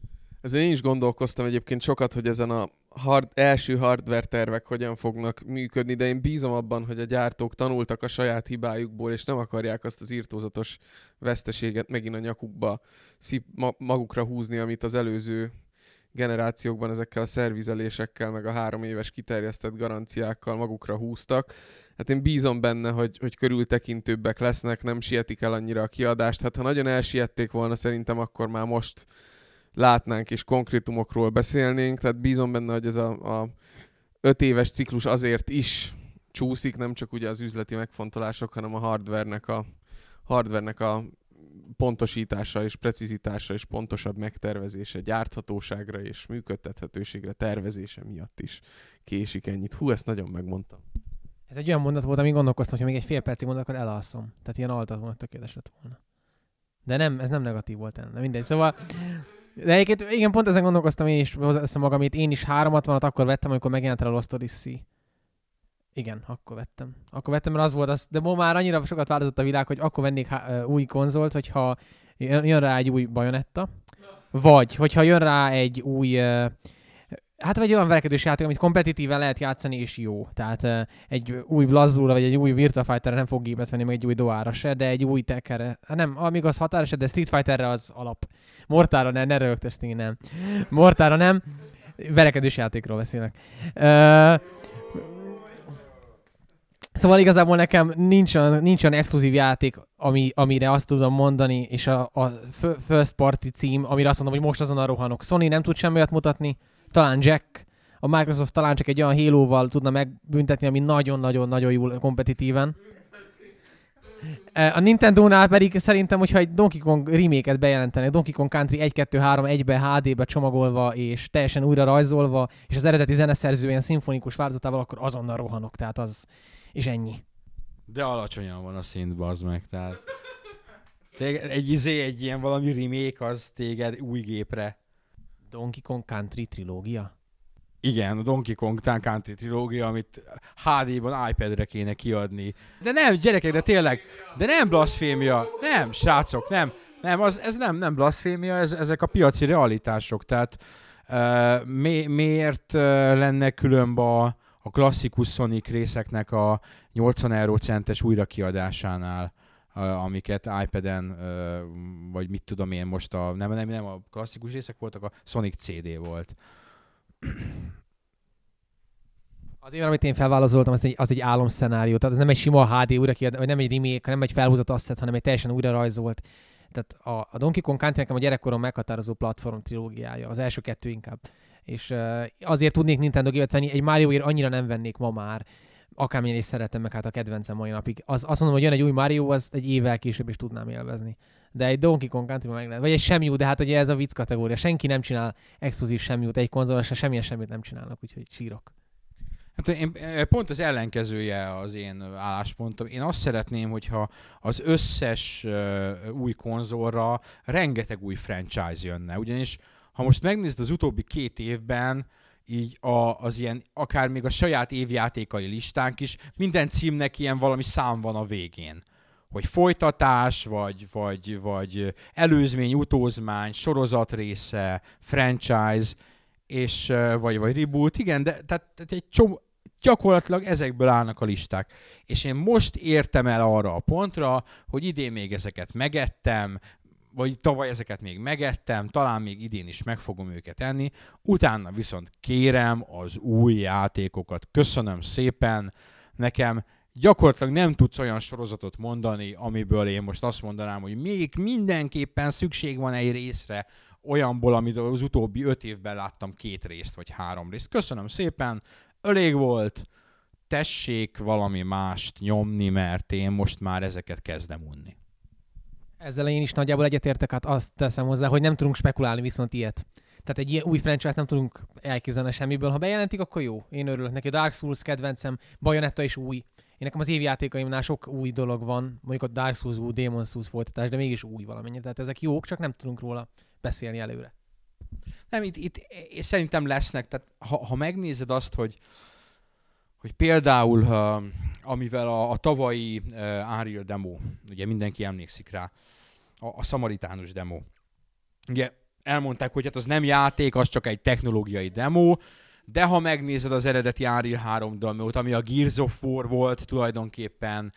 Ezzel én is gondolkoztam egyébként sokat, hogy ezen a hard, első hardware tervek hogyan fognak működni, de én bízom abban, hogy a gyártók tanultak a saját hibájukból, és nem akarják azt az irtózatos veszteséget megint a nyakukba szip, ma, magukra húzni, amit az előző generációkban ezekkel a szervizelésekkel, meg a három éves kiterjesztett garanciákkal magukra húztak. Hát én bízom benne, hogy, hogy körültekintőbbek lesznek, nem sietik el annyira a kiadást. Hát ha nagyon elsiették volna, szerintem akkor már most látnánk és konkrétumokról beszélnénk, tehát bízom benne, hogy ez a, a öt éves ciklus azért is csúszik, nem csak ugye az üzleti megfontolások, hanem a hardware-nek a, hardware-nek a pontosítása és precizitása és pontosabb megtervezése, gyárthatóságra és működtethetőségre tervezése miatt is késik ennyit. Hú, ezt nagyon megmondtam. Ez egy olyan mondat volt, amin gondolkoztam, hogy még egy fél percig mondok, akkor elalszom. Tehát ilyen altat volna, tökéletes lett volna. De nem, ez nem negatív volt ellen. Mindegy. Szóval, de egyébként igen, pont ezen gondolkoztam én is, hozzáteszem magamét. Én is háromszázhatvanat akkor vettem, amikor megjelent el a Lost Odyssey. Igen, akkor vettem. Akkor vettem, mert az volt az, de ma már annyira sokat változott a világ, hogy akkor vennék há- új konzolt, hogyha jön rá egy új Bayonetta, vagy hogyha jön rá egy új, hát vagy olyan verekedős játék, amit kompetitíven lehet játszani, és jó. Tehát egy új BlazBlue-ra, vagy egy új Virtua Fighterre nem fog gépet venni, meg egy új Doára se, de egy új Tekkerre, hát nem, amíg az határa se, de Street Fighterre az alap. Mortára ne, ne rögtestél, nem. Mortára nem. Verekedős játékról beszélek. Uh, Szóval igazából nekem nincs olyan, nincs olyan exkluzív játék, ami, amire azt tudom mondani, és a, a first party cím, amire azt mondom, hogy most azonnal rohanok. Sony nem tud semmi olyat mutatni, talán Jack, a Microsoft talán csak egy olyan Halo-val tudna megbüntetni, ami nagyon-nagyon-nagyon jól kompetitíven. A Nintendo-nál pedig szerintem, hogyha egy Donkey Kong remake-et bejelentenek, Donkey Kong Country egy kettő három egybe há dé-be csomagolva és teljesen újra rajzolva, és az eredeti zeneszerző ilyen szimfonikus változatával, akkor azonnal rohanok, tehát az... És ennyi. De alacsonyan van a szint, bazd meg, tehát... Téged, egy izé, egy ilyen valami remake, az téged új gépre. Donkey Kong Country trilógia? Igen, a Donkey Kong Country trilógia, amit há dé-ban iPad-re kéne kiadni. De nem, gyerekek, de tényleg, de nem blaszfémia. Nem, srácok, nem. Nem, az, ez nem, nem blaszfémia, ez, ezek a piaci realitások. Tehát uh, mi, miért uh, lenne különb a, a klasszikus Sonic részeknek a nyolcvan eurocentes újrakiadásánál, uh, amiket iPad-en, uh, vagy mit tudom én most, a, nem, nem, nem a klasszikus részek voltak, a Sonic cé dé volt. Azért, amit én felvázoltam, az egy, az egy álomszenárió, tehát ez nem egy sima há dé újrakiadás, vagy nem egy remake, nem egy felhúzott asset, hanem egy teljesen újra rajzolt. Tehát a, a Donkey Kong Country nekem a gyerekkorom meghatározó platform trilógiája, az első kettő inkább. És uh, azért tudnék Nintendo gépet venni, egy Marioért annyira nem vennék ma már, akármilyen is szeretem, meg hát a kedvencem mai napig. Az, azt mondom, hogy jön egy új Mario, az egy évvel később is tudnám élvezni. De egy Donkey Kong Country meg lehet. Vagy egy semmiú, de hát ugye ez a vicc kategória. Senki nem csinál exkluzív semmiút, egy konzolra se semmilyen semmit nem csinálnak, úgyhogy sírok. Hát én pont az ellenkezője az én álláspontom. Én azt szeretném, hogyha az összes uh, új konzolra rengeteg új franchise jönne. Ugyanis ha most megnézed az utóbbi két évben, így a, az ilyen, akár még a saját évjátékai listánk is, minden címnek ilyen valami szám van a végén. Hogy folytatás, vagy, vagy, vagy előzmény, utózmány, sorozatrésze, franchise, és, vagy, vagy reboot, igen, de tehát, tehát egy csomó, gyakorlatilag ezekből állnak a listák. És én most értem el arra a pontra, hogy idén még ezeket megettem, vagy tavaly ezeket még megettem, talán még idén is meg fogom őket enni, utána viszont kérem az új játékokat. Köszönöm szépen, nekem gyakorlatilag nem tudsz olyan sorozatot mondani, amiből én most azt mondanám, hogy még mindenképpen szükség van egy részre, olyanból, amit az utóbbi öt évben láttam két részt, vagy három részt. Köszönöm szépen, elég volt, tessék valami mást nyomni, mert én most már ezeket kezdem unni. Ezzel én is nagyjából egyetértek, hát azt teszem hozzá, hogy nem tudunk spekulálni viszont ilyet. Tehát egy ilyen új franchise-t nem tudunk elképzelni semmiből. Ha bejelentik, akkor jó. Én örülök neki. A Dark Souls kedvencem, Bayonetta is új. Én nekem az évjátékaimnál sok új dolog van. Mondjuk a Dark Souls új, Demon's Souls folytatás, de mégis új valamennyit. Tehát ezek jók, csak nem tudunk róla beszélni előre. Nem, itt, itt szerintem lesznek. Tehát ha, ha megnézed azt, hogy, hogy például uh, amivel a, a tavalyi uh, Unreal demo, ugye mindenki emlékszik rá, a, a szamaritánus demo. Ugye elmondták, hogy hát az nem játék, az csak egy technológiai demo, de ha megnézed az eredeti Unreal három demót, ami a Gears of War volt tulajdonképpen,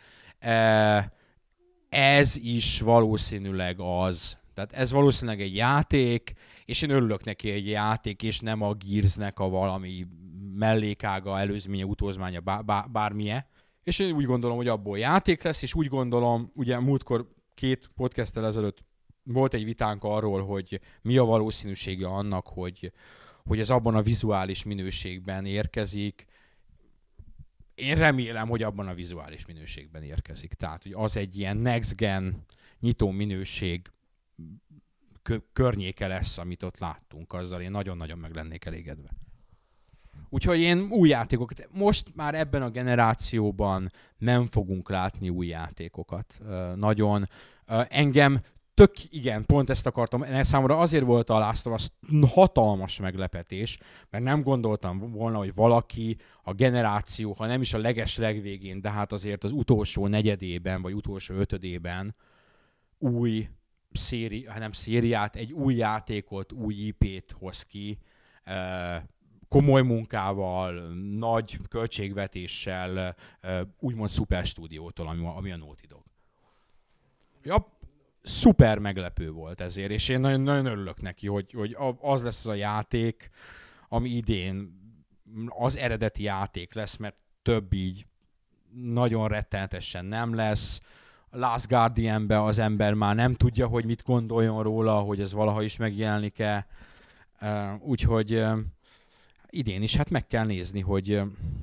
ez is valószínűleg az. Tehát ez valószínűleg egy játék, és én örülök neki egy játék, és nem a Gearsnek a valami mellékága, előzménye, utózmánya, bá- bá- bármilyen. És én úgy gondolom, hogy abból játék lesz, és úgy gondolom, ugye múltkor két podcasttel ezelőtt volt egy vitánk arról, hogy mi a valószínűsége annak, hogy, hogy ez abban a vizuális minőségben érkezik. Én remélem, hogy abban a vizuális minőségben érkezik. Tehát, hogy az egy ilyen next gen nyitó minőség kö- környéke lesz, amit ott láttunk. Azzal én nagyon-nagyon meg lennék elégedve. Úgyhogy én új játékokat, most már ebben a generációban nem fogunk látni új játékokat. Uh, nagyon. Uh, engem tök, igen, pont ezt akartam, számomra azért volt a Last of Us hatalmas meglepetés, mert nem gondoltam volna, hogy valaki a generáció, ha nem is a leges legvégén, de hát azért az utolsó negyedében, vagy utolsó ötödében új széri, hanem szériát, egy új játékot, új í pét hoz ki, uh, komoly munkával, nagy költségvetéssel, úgymond szuperstúdiótól, ami, ami a Naughty Dog. Ja, szuper meglepő volt ezért, és én nagyon, nagyon örülök neki, hogy, hogy az lesz az a játék, ami idén az eredeti játék lesz, mert több így nagyon rettenetesen nem lesz. Last Guardian-ben az ember már nem tudja, hogy mit gondoljon róla, hogy ez valaha is megjelenik-e. Úgyhogy idén is hát meg kell nézni, hogy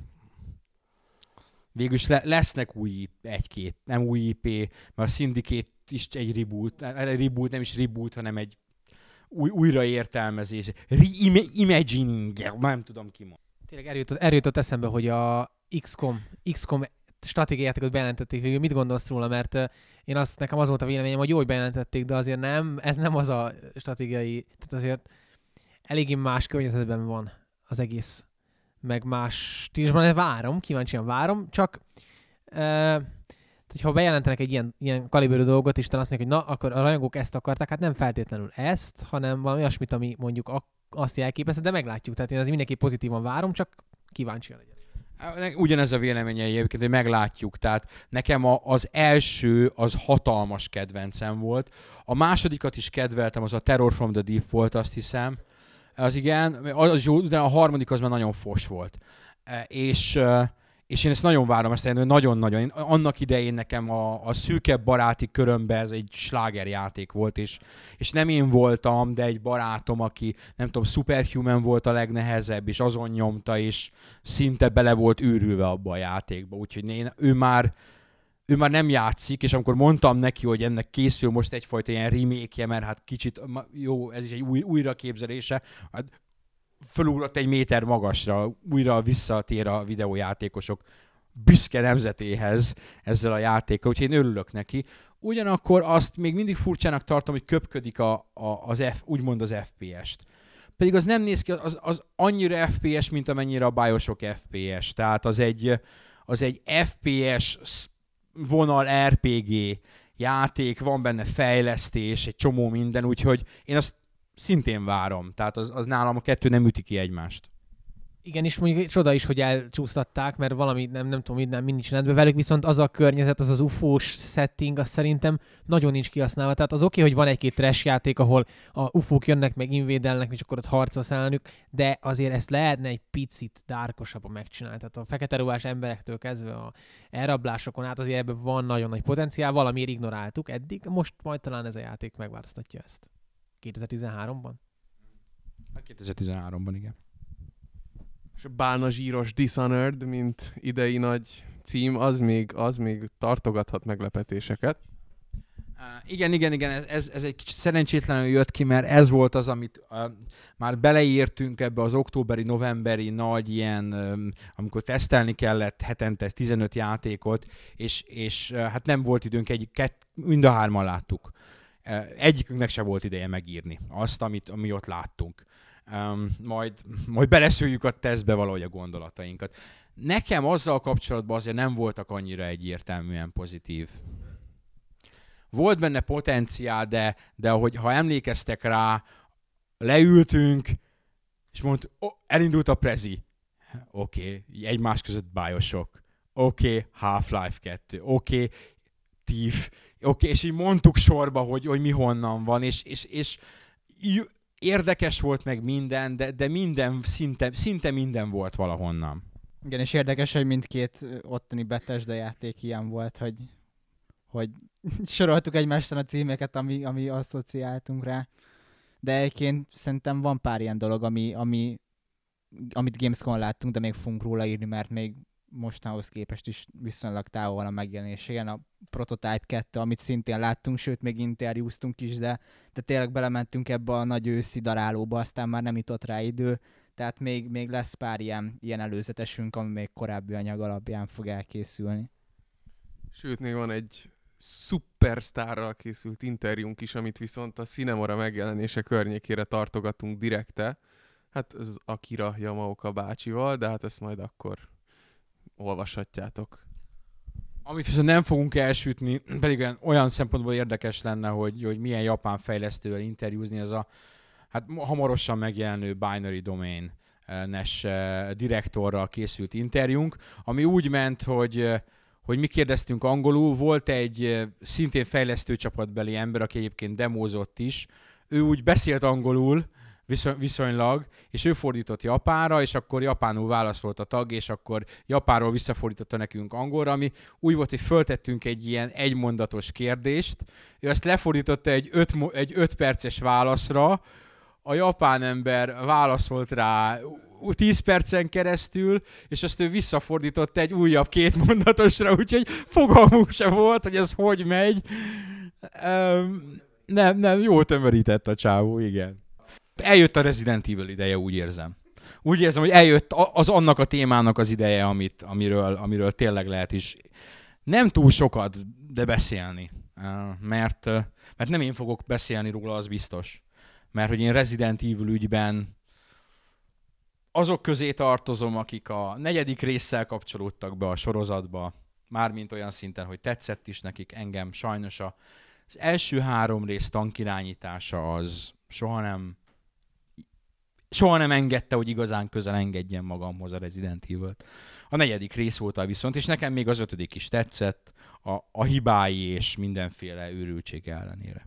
végülis le, lesznek új egy-két, nem új í pé, mert a Syndicate is egy reboot, egy reboot, nem is reboot, hanem egy új, újraértelmezés, reimagining, nem tudom ki mond. Tényleg erőjutott, erőjutott eszembe, hogy a iksz kom, iksz kom stratégiai játékot bejelentették végül. Mit gondolsz róla? Mert én azt, nekem az volt a véleményem, hogy jó, hogy bejelentették, de azért nem, ez nem az a stratégiai, tehát azért eléggé más környezetben van az egész, meg más stílusban, várom, kíváncsian várom, csak uh, ha bejelentenek egy ilyen, ilyen kaliberű dolgot, és azt mondják, hogy na, akkor a rajongók ezt akarták, hát nem feltétlenül ezt, hanem valami olyasmit, ami mondjuk a, azt jelképezte, de meglátjuk, tehát én az mindenki pozitívan várom, csak kíváncsian legyen. Ugyanez a véleménye egyébként, hogy meglátjuk, tehát nekem a, az első az hatalmas kedvencem volt, a másodikat is kedveltem, az a Terror from the Deep volt, azt hiszem, az igen, az jó, de a harmadik az már nagyon fos volt. És, és én ezt nagyon várom, ezt hogy nagyon-nagyon. Annak idején nekem a, a szűkebb baráti körömben ez egy slágerjáték volt, és, és nem én voltam, de egy barátom, aki nem tudom, Superhuman volt a legnehezebb, és azon nyomta, és szinte bele volt őrülve abba a játékba. Úgyhogy én, ő már ő már nem játszik, és amikor mondtam neki, hogy ennek készül most egyfajta ilyen remake-je, mert hát kicsit, jó, ez is egy új, újraképzelése, hát fölugrott egy méter magasra, újra visszatér a videójátékosok büszke nemzetéhez ezzel a játékkal, úgyhogy én örülök neki. Ugyanakkor azt még mindig furcsának tartom, hogy köpködik a, a, az F, úgymond az ef pé est. Pedig az nem néz ki, az, az annyira ef pé es, mint amennyire a Bioshock ef pé es. Tehát az egy, az egy ef pé es vonal er pé gé játék, van benne fejlesztés, egy csomó minden, úgyhogy én azt szintén várom. Tehát az, az nálam a kettő nem üti ki egymást. Igen, és mondjuk csoda is, hogy elcsúsztatták, mert valami nem, nem tudom, nem mind nincs rendbe velük, viszont az a környezet, az az ufós setting, az szerintem nagyon nincs kihasználva. Tehát az oké, okay, hogy van egy-két trash játék, ahol a ufók jönnek, meg invédelnek, és akkor ott harcolsz ellenük, de azért ezt lehetne egy picit dárkosabban megcsinálni. Tehát a fekete ruhás emberektől kezdve a elrablásokon át azért ebben van nagyon nagy potenciál, valamiért ignoráltuk eddig, most majd talán ez a játék megváltoztatja ezt. kétezer-tizenháromban? kétezer-tizenháromban, igen. És a bálna zsíros Dishonored, mint idei nagy cím, az még, az még tartogathat meglepetéseket. Uh, igen, igen, igen, ez, ez, ez egy kicsit szerencsétlenül jött ki, mert ez volt az, amit uh, már beleírtünk ebbe az októberi, novemberi nagy ilyen, um, amikor tesztelni kellett hetente tizenöt játékot, és, és uh, hát nem volt időnk, egy, kett, mind a hárman láttuk. Uh, egyikünknek se volt ideje megírni azt, amit, ami ott láttunk. Um, majd, majd beleszüljük a tesztbe valahogy a gondolatainkat. Nekem azzal kapcsolatban azért nem voltak annyira egyértelműen pozitív. Volt benne potenciál, de, de ahogy, ha emlékeztek rá, leültünk, és mondtuk, oh, elindult a prezi. Oké, okay. Egymás között Bioshock. Oké, okay. Half-Life kettő. Oké, okay. Thief. Oké, okay. És így mondtuk sorba, hogy, hogy mi honnan van, és, és, és érdekes volt meg minden, de, de minden, szinte, szinte minden volt valahonnan. Igen, és érdekes, hogy mindkét ottani Bethesda játék ilyen volt, hogy, hogy soroltuk egymástán a címeket, ami, ami asszociáltunk rá. De egyébként szerintem van pár ilyen dolog, ami, ami, amit Gamescom-on láttunk, de még fogunk róla írni, mert még mostanhoz képest is viszonylag távol van a megjelenése. Igen, a Prototype kettő, amit szintén láttunk, sőt, még interjúztunk is, de, de tényleg belementünk ebbe a nagy őszi darálóba, aztán már nem jutott rá idő, tehát még, még lesz pár ilyen, ilyen előzetesünk, ami még korábbi anyag alapján fog elkészülni. Sőt, még van egy szupersztárral készült interjúnk is, amit viszont a Cinemora megjelenése környékére tartogatunk direkte. Hát ez Akira Yamaoka bácsival, de hát ezt majd akkor olvashatjátok. Amit viszont nem fogunk elsütni, pedig olyan, olyan szempontból érdekes lenne, hogy, hogy milyen japán fejlesztővel interjúzni, ez a hát hamarosan megjelenő Binary Domain-nes direktorral készült interjúnk, ami úgy ment, hogy, hogy mi kérdeztünk angolul, volt egy szintén fejlesztő csapatbeli ember, aki egyébként demózott is, ő úgy beszélt angolul, viszonylag, és ő fordított japánra, és akkor japánul válaszolt a tag, és akkor japánról visszafordította nekünk angolra, ami úgy volt, hogy föltettünk egy ilyen egymondatos kérdést, ő ezt lefordította egy öt, egy öt perces válaszra, a japán ember válaszolt rá tíz percen keresztül, és azt ő visszafordította egy újabb két mondatosra, úgyhogy fogalmunk sem volt, hogy ez hogy megy. Nem, nem, jól tömörített a csávó, igen. Eljött a Resident Evil ideje, úgy érzem. Úgy érzem, hogy eljött az annak a témának az ideje, amit, amiről, amiről tényleg lehet is nem túl sokat, de beszélni. Mert, mert nem én fogok beszélni róla, az biztos. Mert hogy én Resident Evil ügyben azok közé tartozom, akik a negyedik résszel kapcsolódtak be a sorozatba, mármint olyan szinten, hogy tetszett is nekik, engem sajnos a, az első három rész tankirányítása az soha nem soha nem engedte, hogy igazán közel engedjen magamhoz a Resident Evil-t. A negyedik rész óta viszont, és nekem még az ötödik is tetszett, a, a hibái és mindenféle őrültség ellenére.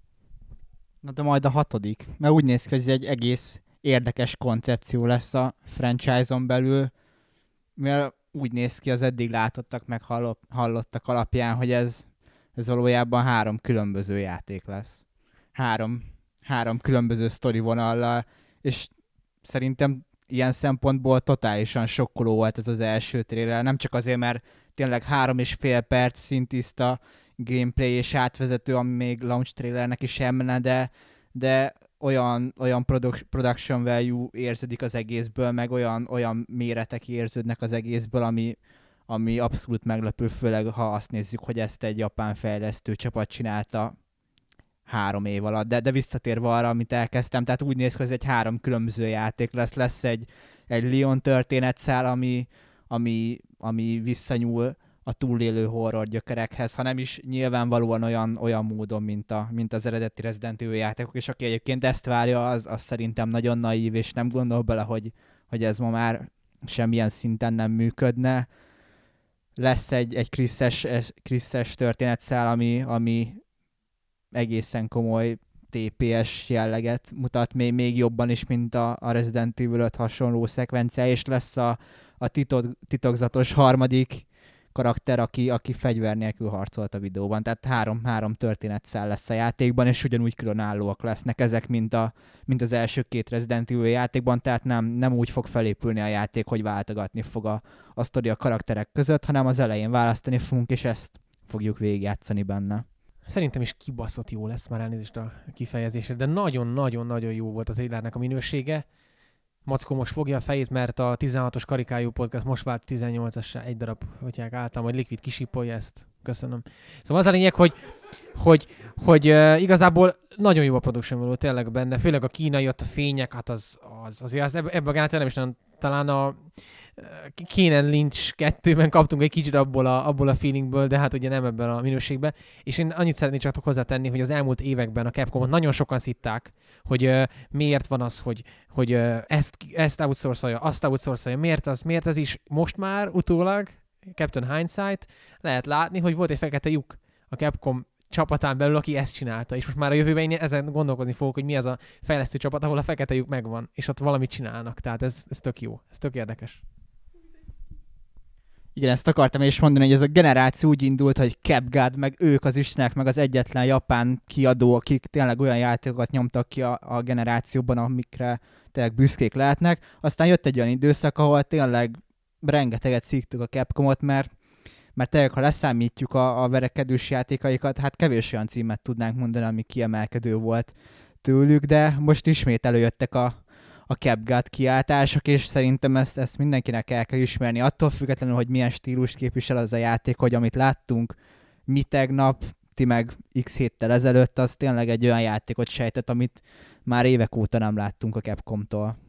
Na de majd a hatodik, mert úgy néz ki, hogy ez egy egész érdekes koncepció lesz a franchise-on belül, mert úgy néz ki az eddig látottak, meg hallottak alapján, hogy ez, ez valójában három különböző játék lesz. Három, három különböző sztori vonallal, és szerintem ilyen szempontból totálisan sokkoló volt ez az első trailer. Nem csak azért, mert tényleg három és fél perc szintiszta gameplay és átvezető, ami még launch trailernek is emmene, de, de olyan, olyan produc- production value érződik az egészből, meg olyan, olyan méretek érződnek az egészből, ami, ami abszolút meglepő, főleg ha azt nézzük, hogy ezt egy japán fejlesztő csapat csinálta három év alatt, de, de visszatérve arra, amit elkezdtem, tehát úgy néz ki, hogy ez egy három különböző játék lesz, lesz egy, egy Leon történetszál, ami, ami, ami visszanyúl a túlélő horror gyökerekhez, ha nem is nyilvánvalóan olyan, olyan módon, mint, a, mint az eredeti Resident Evil játékok, és aki egyébként ezt várja, az, az szerintem nagyon naív, és nem gondol bele, hogy, hogy ez ma már semmilyen szinten nem működne. Lesz egy, egy Chris-es, Chris-es történetszál, ami, ami egészen komoly té pé es jelleget mutat, még, még jobban is, mint a, a Resident Evil öt hasonló szekvencia, és lesz a, a titok, titokzatos harmadik karakter, aki, aki fegyver nélkül harcolt a videóban. Tehát három, három történetszál lesz a játékban, és ugyanúgy különállóak lesznek ezek, mint, a, mint az első két Resident Evil játékban, tehát nem, nem úgy fog felépülni a játék, hogy váltogatni fog a, a sztori a karakterek között, hanem az elején választani fogunk, és ezt fogjuk végigjátszani benne. Szerintem is kibaszott jó lesz, már elnézést a kifejezésre, de nagyon-nagyon-nagyon jó volt a trailernek a minősége. Mackó most fogja a fejét, mert a tizenhatos Karikájú Podcast most vált tizennyolcasra egy darab, hogyha által, majd Liquid kisipolja ezt. Köszönöm. Szóval az a lényeg, hogy, hogy, hogy uh, igazából nagyon jó a production való tényleg benne, főleg a kínai, ott a fények, hát az, az azért az ebben ebbe a generációban nem is nagyon, talán a Keenan Lynch kettőben kaptunk egy kicsit abból a, abból a feelingből, de hát ugye nem ebben a minőségben. És én annyit szeretnék csak hozzátenni, hogy az elmúlt években a Capcomot nagyon sokan szitták, hogy uh, miért van az, hogy, hogy uh, ezt, ezt outsourcolja, azt outsourcolja, miért az, miért ez is. Most már utólag, Captain Hindsight, lehet látni, hogy volt egy fekete lyuk a Capcom csapatán belül, aki ezt csinálta. És most már a jövőben én ezen gondolkozni fogok, hogy mi az a fejlesztő csapat, ahol a fekete lyuk megvan, és ott valamit csinálnak. Tehát ez, ez tök jó, ez tök érdekes. Igen, ezt akartam is mondani, hogy ez a generáció úgy indult, hogy CapGuard, meg ők az istenek, meg az egyetlen japán kiadó, akik tényleg olyan játékokat nyomtak ki a, a generációban, amikre tényleg büszkék lehetnek. Aztán jött egy olyan időszak, ahol tényleg rengeteget szíktük a Capcomot, mert, mert tényleg, ha leszámítjuk a, a verekedős játékaikat, hát kevés olyan címet tudnánk mondani, ami kiemelkedő volt tőlük, de most ismét előjöttek a a CapGuard kiáltások, és szerintem ezt, ezt mindenkinek el kell ismerni. Attól függetlenül, hogy milyen stílust képvisel az a játék, hogy amit láttunk mi tegnap, ti meg x héttel ezelőtt, az tényleg egy olyan játékot sejtett, amit már évek óta nem láttunk a Capcomtól.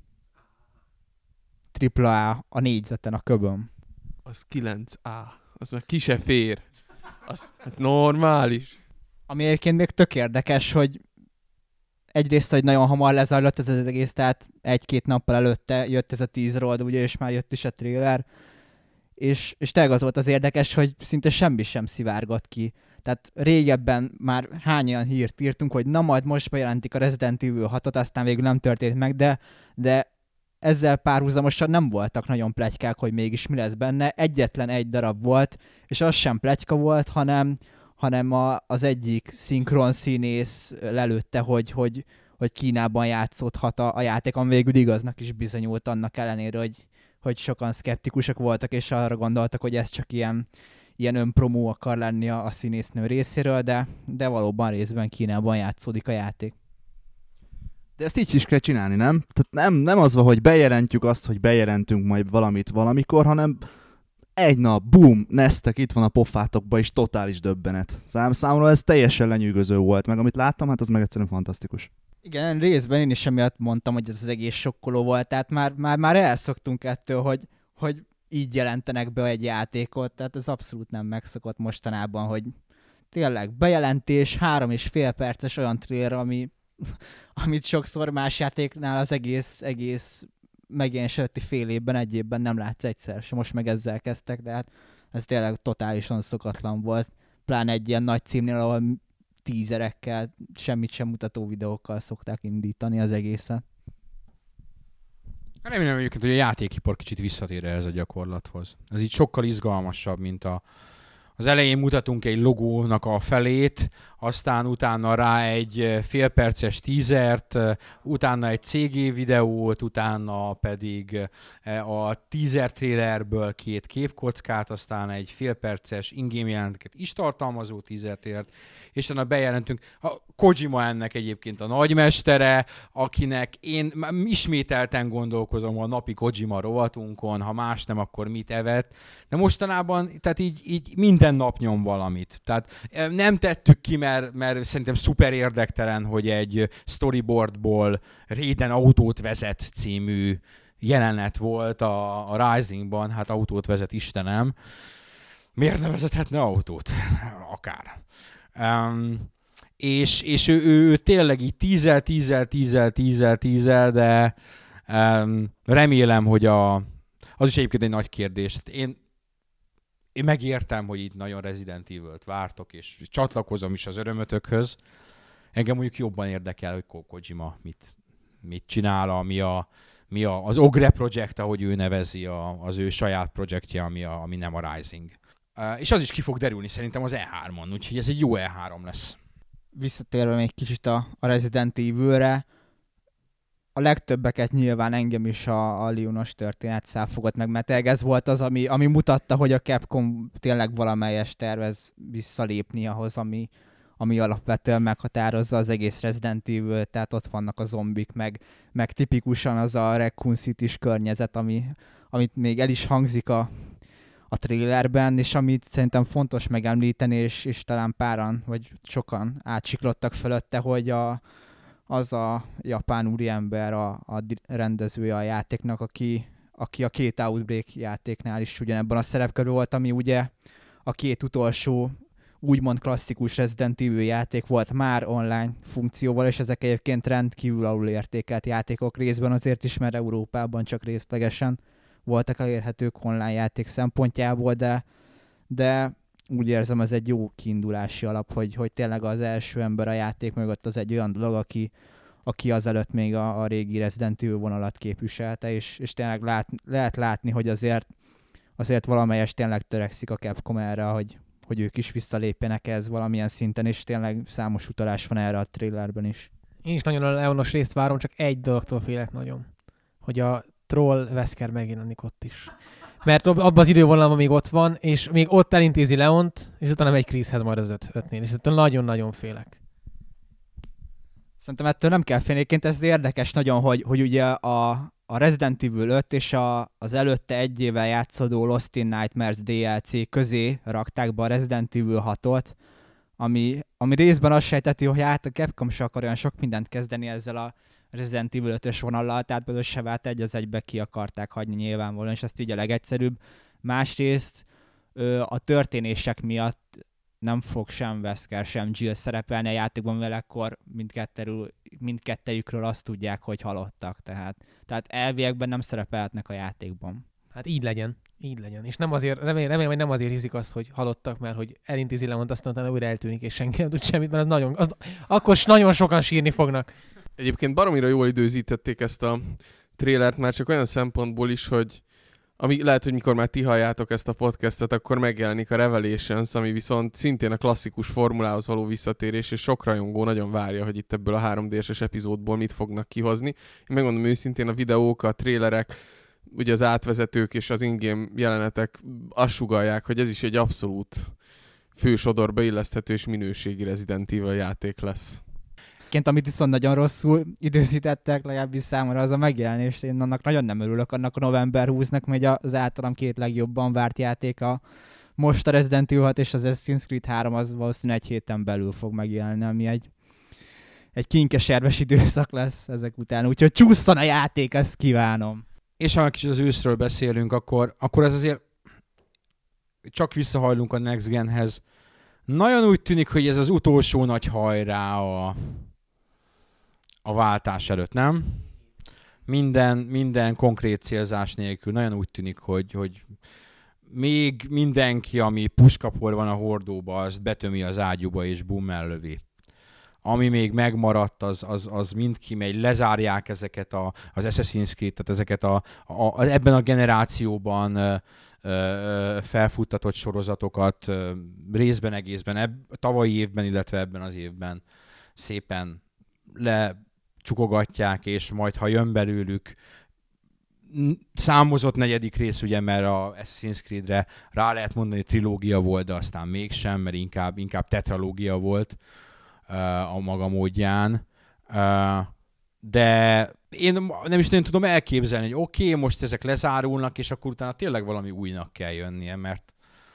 Tripla A a négyzeten, a köbön. Az kilenc á. Az meg ki se fér. Az hát normális. Ami egyébként még tök érdekes, hogy egyrészt, hogy nagyon hamar lezajlott ez az egész, tehát egy-két nappal előtte jött ez a teaser, de ugye és már jött is a trailer, és, és tényleg az volt az érdekes, hogy szinte semmi sem szivárgott ki. Tehát régebben már hány olyan hírt írtunk, hogy na majd most bejelentik a Resident Evil hatot, aztán végül nem történt meg, de, de ezzel párhuzamosan nem voltak nagyon pletykák, hogy mégis mi lesz benne. Egyetlen egy darab volt, és az sem pletyka volt, hanem hanem a, az egyik szinkron színész lelőtte, hogy, hogy, hogy Kínában játszódhat a, a játékon, végül igaznak is bizonyult annak ellenére, hogy, hogy sokan szkeptikusak voltak, és arra gondoltak, hogy ez csak ilyen, ilyen önpromó akar lenni a, a színésznő részéről, de, de valóban részben Kínában játszódik a játék. De ezt így is kell csinálni, nem? Tehát nem, nem az van, hogy bejelentjük azt, hogy bejelentünk majd valamit valamikor, hanem egy nap, boom, neztek, itt van a pofátokba, és totális döbbenet. Szám, számomra ez teljesen lenyűgöző volt, meg amit láttam, hát az meg egyszerűen fantasztikus. Igen, részben én is emiatt mondtam, hogy ez az egész sokkoló volt, tehát már, már, már elszoktunk ettől, hogy, hogy így jelentenek be egy játékot, tehát ez abszolút nem megszokott mostanában, hogy tényleg bejelentés, három és fél perces olyan trailer, ami, amit sokszor más játéknál az egész, egész megjelenés előtti fél évben, egy évben nem látsz egyszer sem. Most meg ezzel kezdtek, de hát ez tényleg totálisan szokatlan volt. Pláne egy ilyen nagy címnél, ahol tízerekkel, semmit sem mutató videókkal szokták indítani az egészet. Remélem egyébként, hogy a játékipar kicsit visszatér ez a gyakorlathoz. Ez így sokkal izgalmasabb, mint a az elején mutatunk egy logónak a felét, aztán utána rá egy félperces teasert, utána egy cé gé videót, utána pedig a teaser trailerből két képkockát, aztán egy félperces in-game jelenteket is tartalmazó teaser trailert, és utána bejelentünk. A Kojima ennek egyébként a nagymestere, akinek én ismételten gondolkozom a napi Kojima rovatunkon, ha más nem, akkor mit evett. De mostanában, tehát így, így minden nap nyom valamit. Tehát nem tettük ki, mert, mert szerintem szuper érdektelen, hogy egy storyboardból Raiden autót vezet című jelenet volt a, a Risingban, hát autót vezet Istenem. Miért ne vezethetne autót? Akár. Um, és és ő, ő, ő tényleg így tízel, tízel, tízel, tízel, tízel, de um, remélem, hogy a, az is egyébként egy nagy kérdés. Én Én megértem, hogy itt nagyon Resident Evil-t vártok, és csatlakozom is az örömötökhöz. Engem mondjuk jobban érdekel, hogy Kojima mit, mit csinál, ami, a, mi a, az Ogre Project, ahogy ő nevezi, a, az ő saját projektje, ami, a, ami nem a Rising. Uh, és az is ki fog derülni szerintem az E hármon, úgyhogy ez egy jó E három lesz. Visszatérve még kicsit a, a Resident Evil-re, a legtöbbeket nyilván engem is a, a Leonos történet száfogott meg, mert ez volt az, ami, ami mutatta, hogy a Capcom tényleg valamelyest tervez visszalépni ahhoz, ami, ami alapvetően meghatározza az egész Resident Evil, tehát ott vannak a zombik, meg, meg tipikusan az a Raccoon City-s környezet, ami, amit még el is hangzik a, a trailerben, és amit szerintem fontos megemlíteni, és, és talán páran, vagy sokan átsiklottak fölötte, hogy a az a japán úriember, a, a rendezője a játéknak, aki, aki a két Outbreak játéknál is ugyanebben a szerepkörben volt, ami ugye a két utolsó úgymond klasszikus Resident Evil játék volt már online funkcióval, és ezek egyébként rendkívül alul értékelt játékok részben azért is, mert Európában csak részlegesen voltak elérhetők online játék szempontjából, de, de úgy érzem, ez egy jó kiindulási alap, hogy, hogy tényleg az első ember a játék mögött az egy olyan dolog, aki, aki azelőtt még a, a régi Resident Evil vonalat képviselte, és, és tényleg lát, lehet látni, hogy azért, azért valamelyes tényleg törekszik a Capcom erre, hogy, hogy ők is visszalépjenek ez valamilyen szinten, és tényleg számos utalás van erre a trailerben is. Én is nagyon a Leonos részt várom, csak egy dologtól félek nagyon, hogy a troll Wesker megjelenik ott is. Mert abban az idővonalban még ott van, és még ott elintézi Leont, és utána megy Chrishez majd az öt, ötnél, és ettől nagyon-nagyon félek. Szerintem ettől nem kell félni, egyébként ez érdekes nagyon, hogy, hogy ugye a, a Resident Evil öt és a, az előtte egy évvel játszódó Lost in Nightmares dé el cé közé rakták be a Resident Evil hatot, ami, ami részben azt sejteti, hogy hát a Capcom se akar olyan sok mindent kezdeni ezzel a Resident Evil ötös vonallal, tehát például se vált egy az egybe ki akarták hagyni nyilvánvalóan, és ezt így a legegyszerűbb. Másrészt a történések miatt nem fog sem Wesker, sem Jill szerepelni a játékban, mert akkor mindkettejükről azt tudják, hogy halottak. Tehát, tehát elviekben nem szerepelhetnek a játékban. Hát így legyen, így legyen. És nem azért, remélem, remélem, hogy nem azért hiszik azt, hogy halottak, mert hogy elintézi Leont, aztán utána újra eltűnik, és senki nem tud semmit, mert az nagyon, az, akkor nagyon sokan sírni fognak. Egyébként baromira jól időzítették ezt a trélert, már csak olyan szempontból is, hogy ami lehet, hogy mikor már ti halljátok ezt a podcastet, akkor megjelenik a Revelations, ami viszont szintén a klasszikus formulához való visszatérés, és sok rajongó nagyon várja, hogy itt ebből a három dé es-es epizódból mit fognak kihozni. Én megmondom őszintén, a videók, a trélerek, ugye az átvezetők és az in-game jelenetek azt sugallják, hogy ez is egy abszolút fősodorba illeszthető és minőségi Resident Evil játék lesz. Amit viszont nagyon rosszul időzítettek, legalábbis számomra az a megjelenés. Én annak nagyon nem örülök, annak a november huszadikán megy az általam két legjobban várt játéka. Most a Resident Evil hat és az Assassin's Creed három az valószínűleg egy héten belül fog megjelenni, ami egy, egy kinkeserves időszak lesz ezek után. Úgyhogy csúszson a játék, ezt kívánom. És ha kicsit az őszről beszélünk, akkor, akkor ez azért csak visszahajlunk a Next Genhez. Nagyon úgy tűnik, hogy ez az utolsó nagy hajrá a a váltás előtt, nem? Minden, minden konkrét célzás nélkül nagyon úgy tűnik, hogy, hogy még mindenki, ami puskapor van a hordóba, azt betömi az ágyúba és bum, ellövi. Ami még megmaradt, az, az, az mind kimegy, lezárják ezeket a, az Assassin's Creed, tehát ezeket a, a, a, ebben a generációban ö, ö, felfuttatott sorozatokat ö, részben, egészben, ebb, tavalyi évben, illetve ebben az évben szépen lecsukogatják, és majd, ha jön belőlük számozott negyedik rész, ugye, mert a Assassin's Creed-re rá lehet mondani, trilógia volt, de aztán mégsem, mert inkább, inkább tetralógia volt uh, a maga módján. Uh, de én nem is nem tudom elképzelni, hogy oké, okay, most ezek lezárulnak, és akkor utána tényleg valami újnak kell jönnie, mert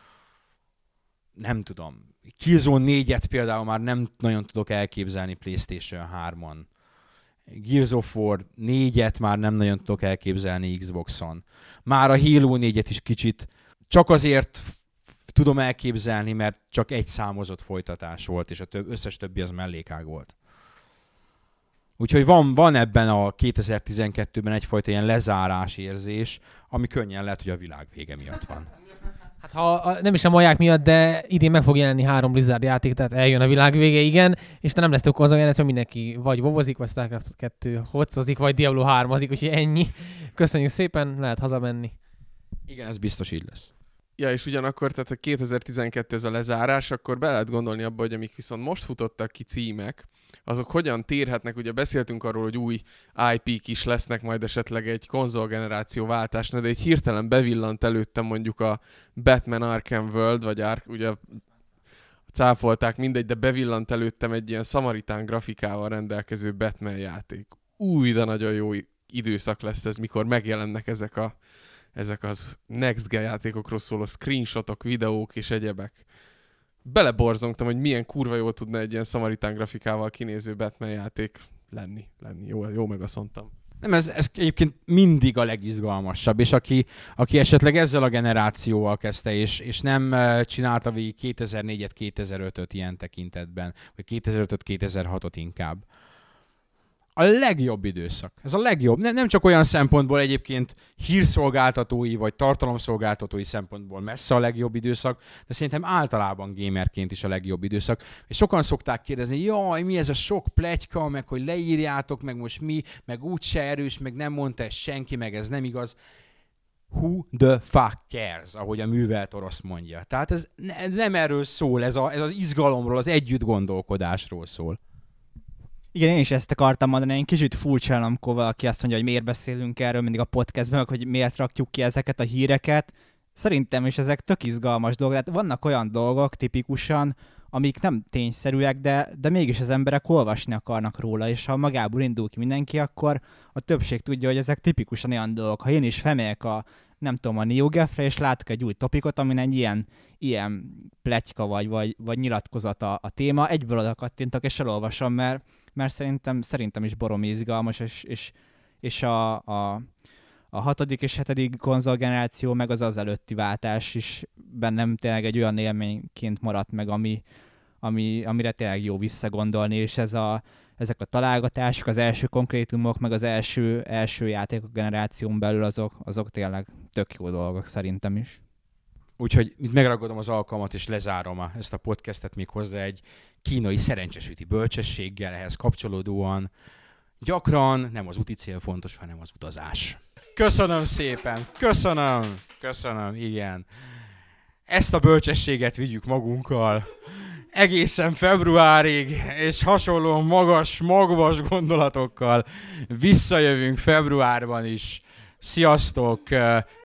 nem tudom. Killzone négyet például már nem nagyon tudok elképzelni PlayStation hármon. Gears of War négyet már nem nagyon tudok elképzelni Xboxon. Már a Halo négyet is kicsit csak azért f- tudom elképzelni, mert csak egy számozott folytatás volt, és a több, összes többi az mellékág volt. Úgyhogy van, van ebben a kétezer-tizenkettőben egyfajta ilyen lezárás érzés, ami könnyen lehet, hogy a világ vége miatt van. Hát ha nem is a maják miatt, de idén meg fog jelenni három Blizzard játék, tehát eljön a világ vége, igen, és te nem lesz több azon jelensz, mert mindenki vagy vovozik, vagy Starcraft kettő hocozik, vagy Diablo hármazik, úgyhogy ennyi. Köszönjük szépen, lehet hazamenni. Igen, ez biztos így lesz. Ja, és ugyanakkor, tehát a kétezer-tizenkettő ez a lezárás, akkor be lehet gondolni abba, hogy amik viszont most futottak ki címek, azok hogyan térhetnek, ugye beszéltünk arról, hogy új i pé-k is lesznek majd esetleg egy konzolgeneráció váltásnál, de egy hirtelen bevillant előttem mondjuk a Batman Arkham World, vagy Ar- ugye cáfolták mindegy, de bevillant előttem egy ilyen szamaritán grafikával rendelkező Batman játék. Új, de nagyon jó időszak lesz ez, mikor megjelennek ezek a ezek az Next Gen játékokról szóló screenshotok, videók és egyebek. Beleborzongtam, hogy milyen kurva jól tudna egy ilyen szamaritán grafikával kinéző Batman játék lenni. lenni. Jó, jó megaszontam. Nem, ez, ez egyébként mindig a legizgalmasabb, és aki, aki esetleg ezzel a generációval kezdte, és, és nem csinálta végig kétezer-négyet, kétezer-ötöt ilyen tekintetben, vagy kétezer-ötöt, kétezer-hatot inkább. A legjobb időszak. Ez a legjobb. Nem, nem csak olyan szempontból egyébként hírszolgáltatói vagy tartalomszolgáltatói szempontból messze a legjobb időszak, de szerintem általában gamerként is a legjobb időszak. És sokan szokták kérdezni, jaj, mi ez a sok pletyka, meg hogy leírjátok, meg most mi, meg úgyse erős, meg nem mondta ezt senki, meg ez nem igaz. Who the fuck cares, ahogy a művelt orosz mondja. Tehát ez ne, nem erről szól, ez, a, ez az izgalomról, az együtt gondolkodásról szól. Igen, én is ezt akartam mondani, én kicsit furcsán, amikor valaki azt mondja, hogy miért beszélünk erről mindig a podcastben, meg hogy miért rakjuk ki ezeket a híreket. Szerintem is ezek tök izgalmas dolgok. Tehát vannak olyan dolgok tipikusan, amik nem tényszerűek, de, de mégis az emberek olvasni akarnak róla, és ha magából indul ki mindenki, akkor a többség tudja, hogy ezek tipikusan olyan dolgok. Ha én is felmegyek a, nem tudom, a NeoGAF-re, és látok egy új topikot, amin egy ilyen, ilyen pletyka vagy, vagy, vagy nyilatkozat a, a téma, egyből oda kattintok, és elolvasom, mert mert szerintem, szerintem is baromi izgalmas, és, és, és a, a, a hatodik és hetedik konzolgeneráció, meg az az előtti váltás is bennem tényleg egy olyan élményként maradt meg, ami, ami, amire tényleg jó visszagondolni, és ez a, ezek a találgatások, az első konkrétumok, meg az első, első játékok generáción belül azok, azok tényleg tök jó dolgok szerintem is. Úgyhogy itt megragadom az alkalmat, és lezárom a, ezt a podcastet még hozzá egy kínai szerencsésüti bölcsességgel ehhez kapcsolódóan. Gyakran nem az úti cél fontos, hanem az utazás. Köszönöm szépen, köszönöm, köszönöm, igen. Ezt a bölcsességet vigyük magunkkal egészen februárig, és hasonlóan magas, magvas gondolatokkal visszajövünk februárban is. Sziasztok!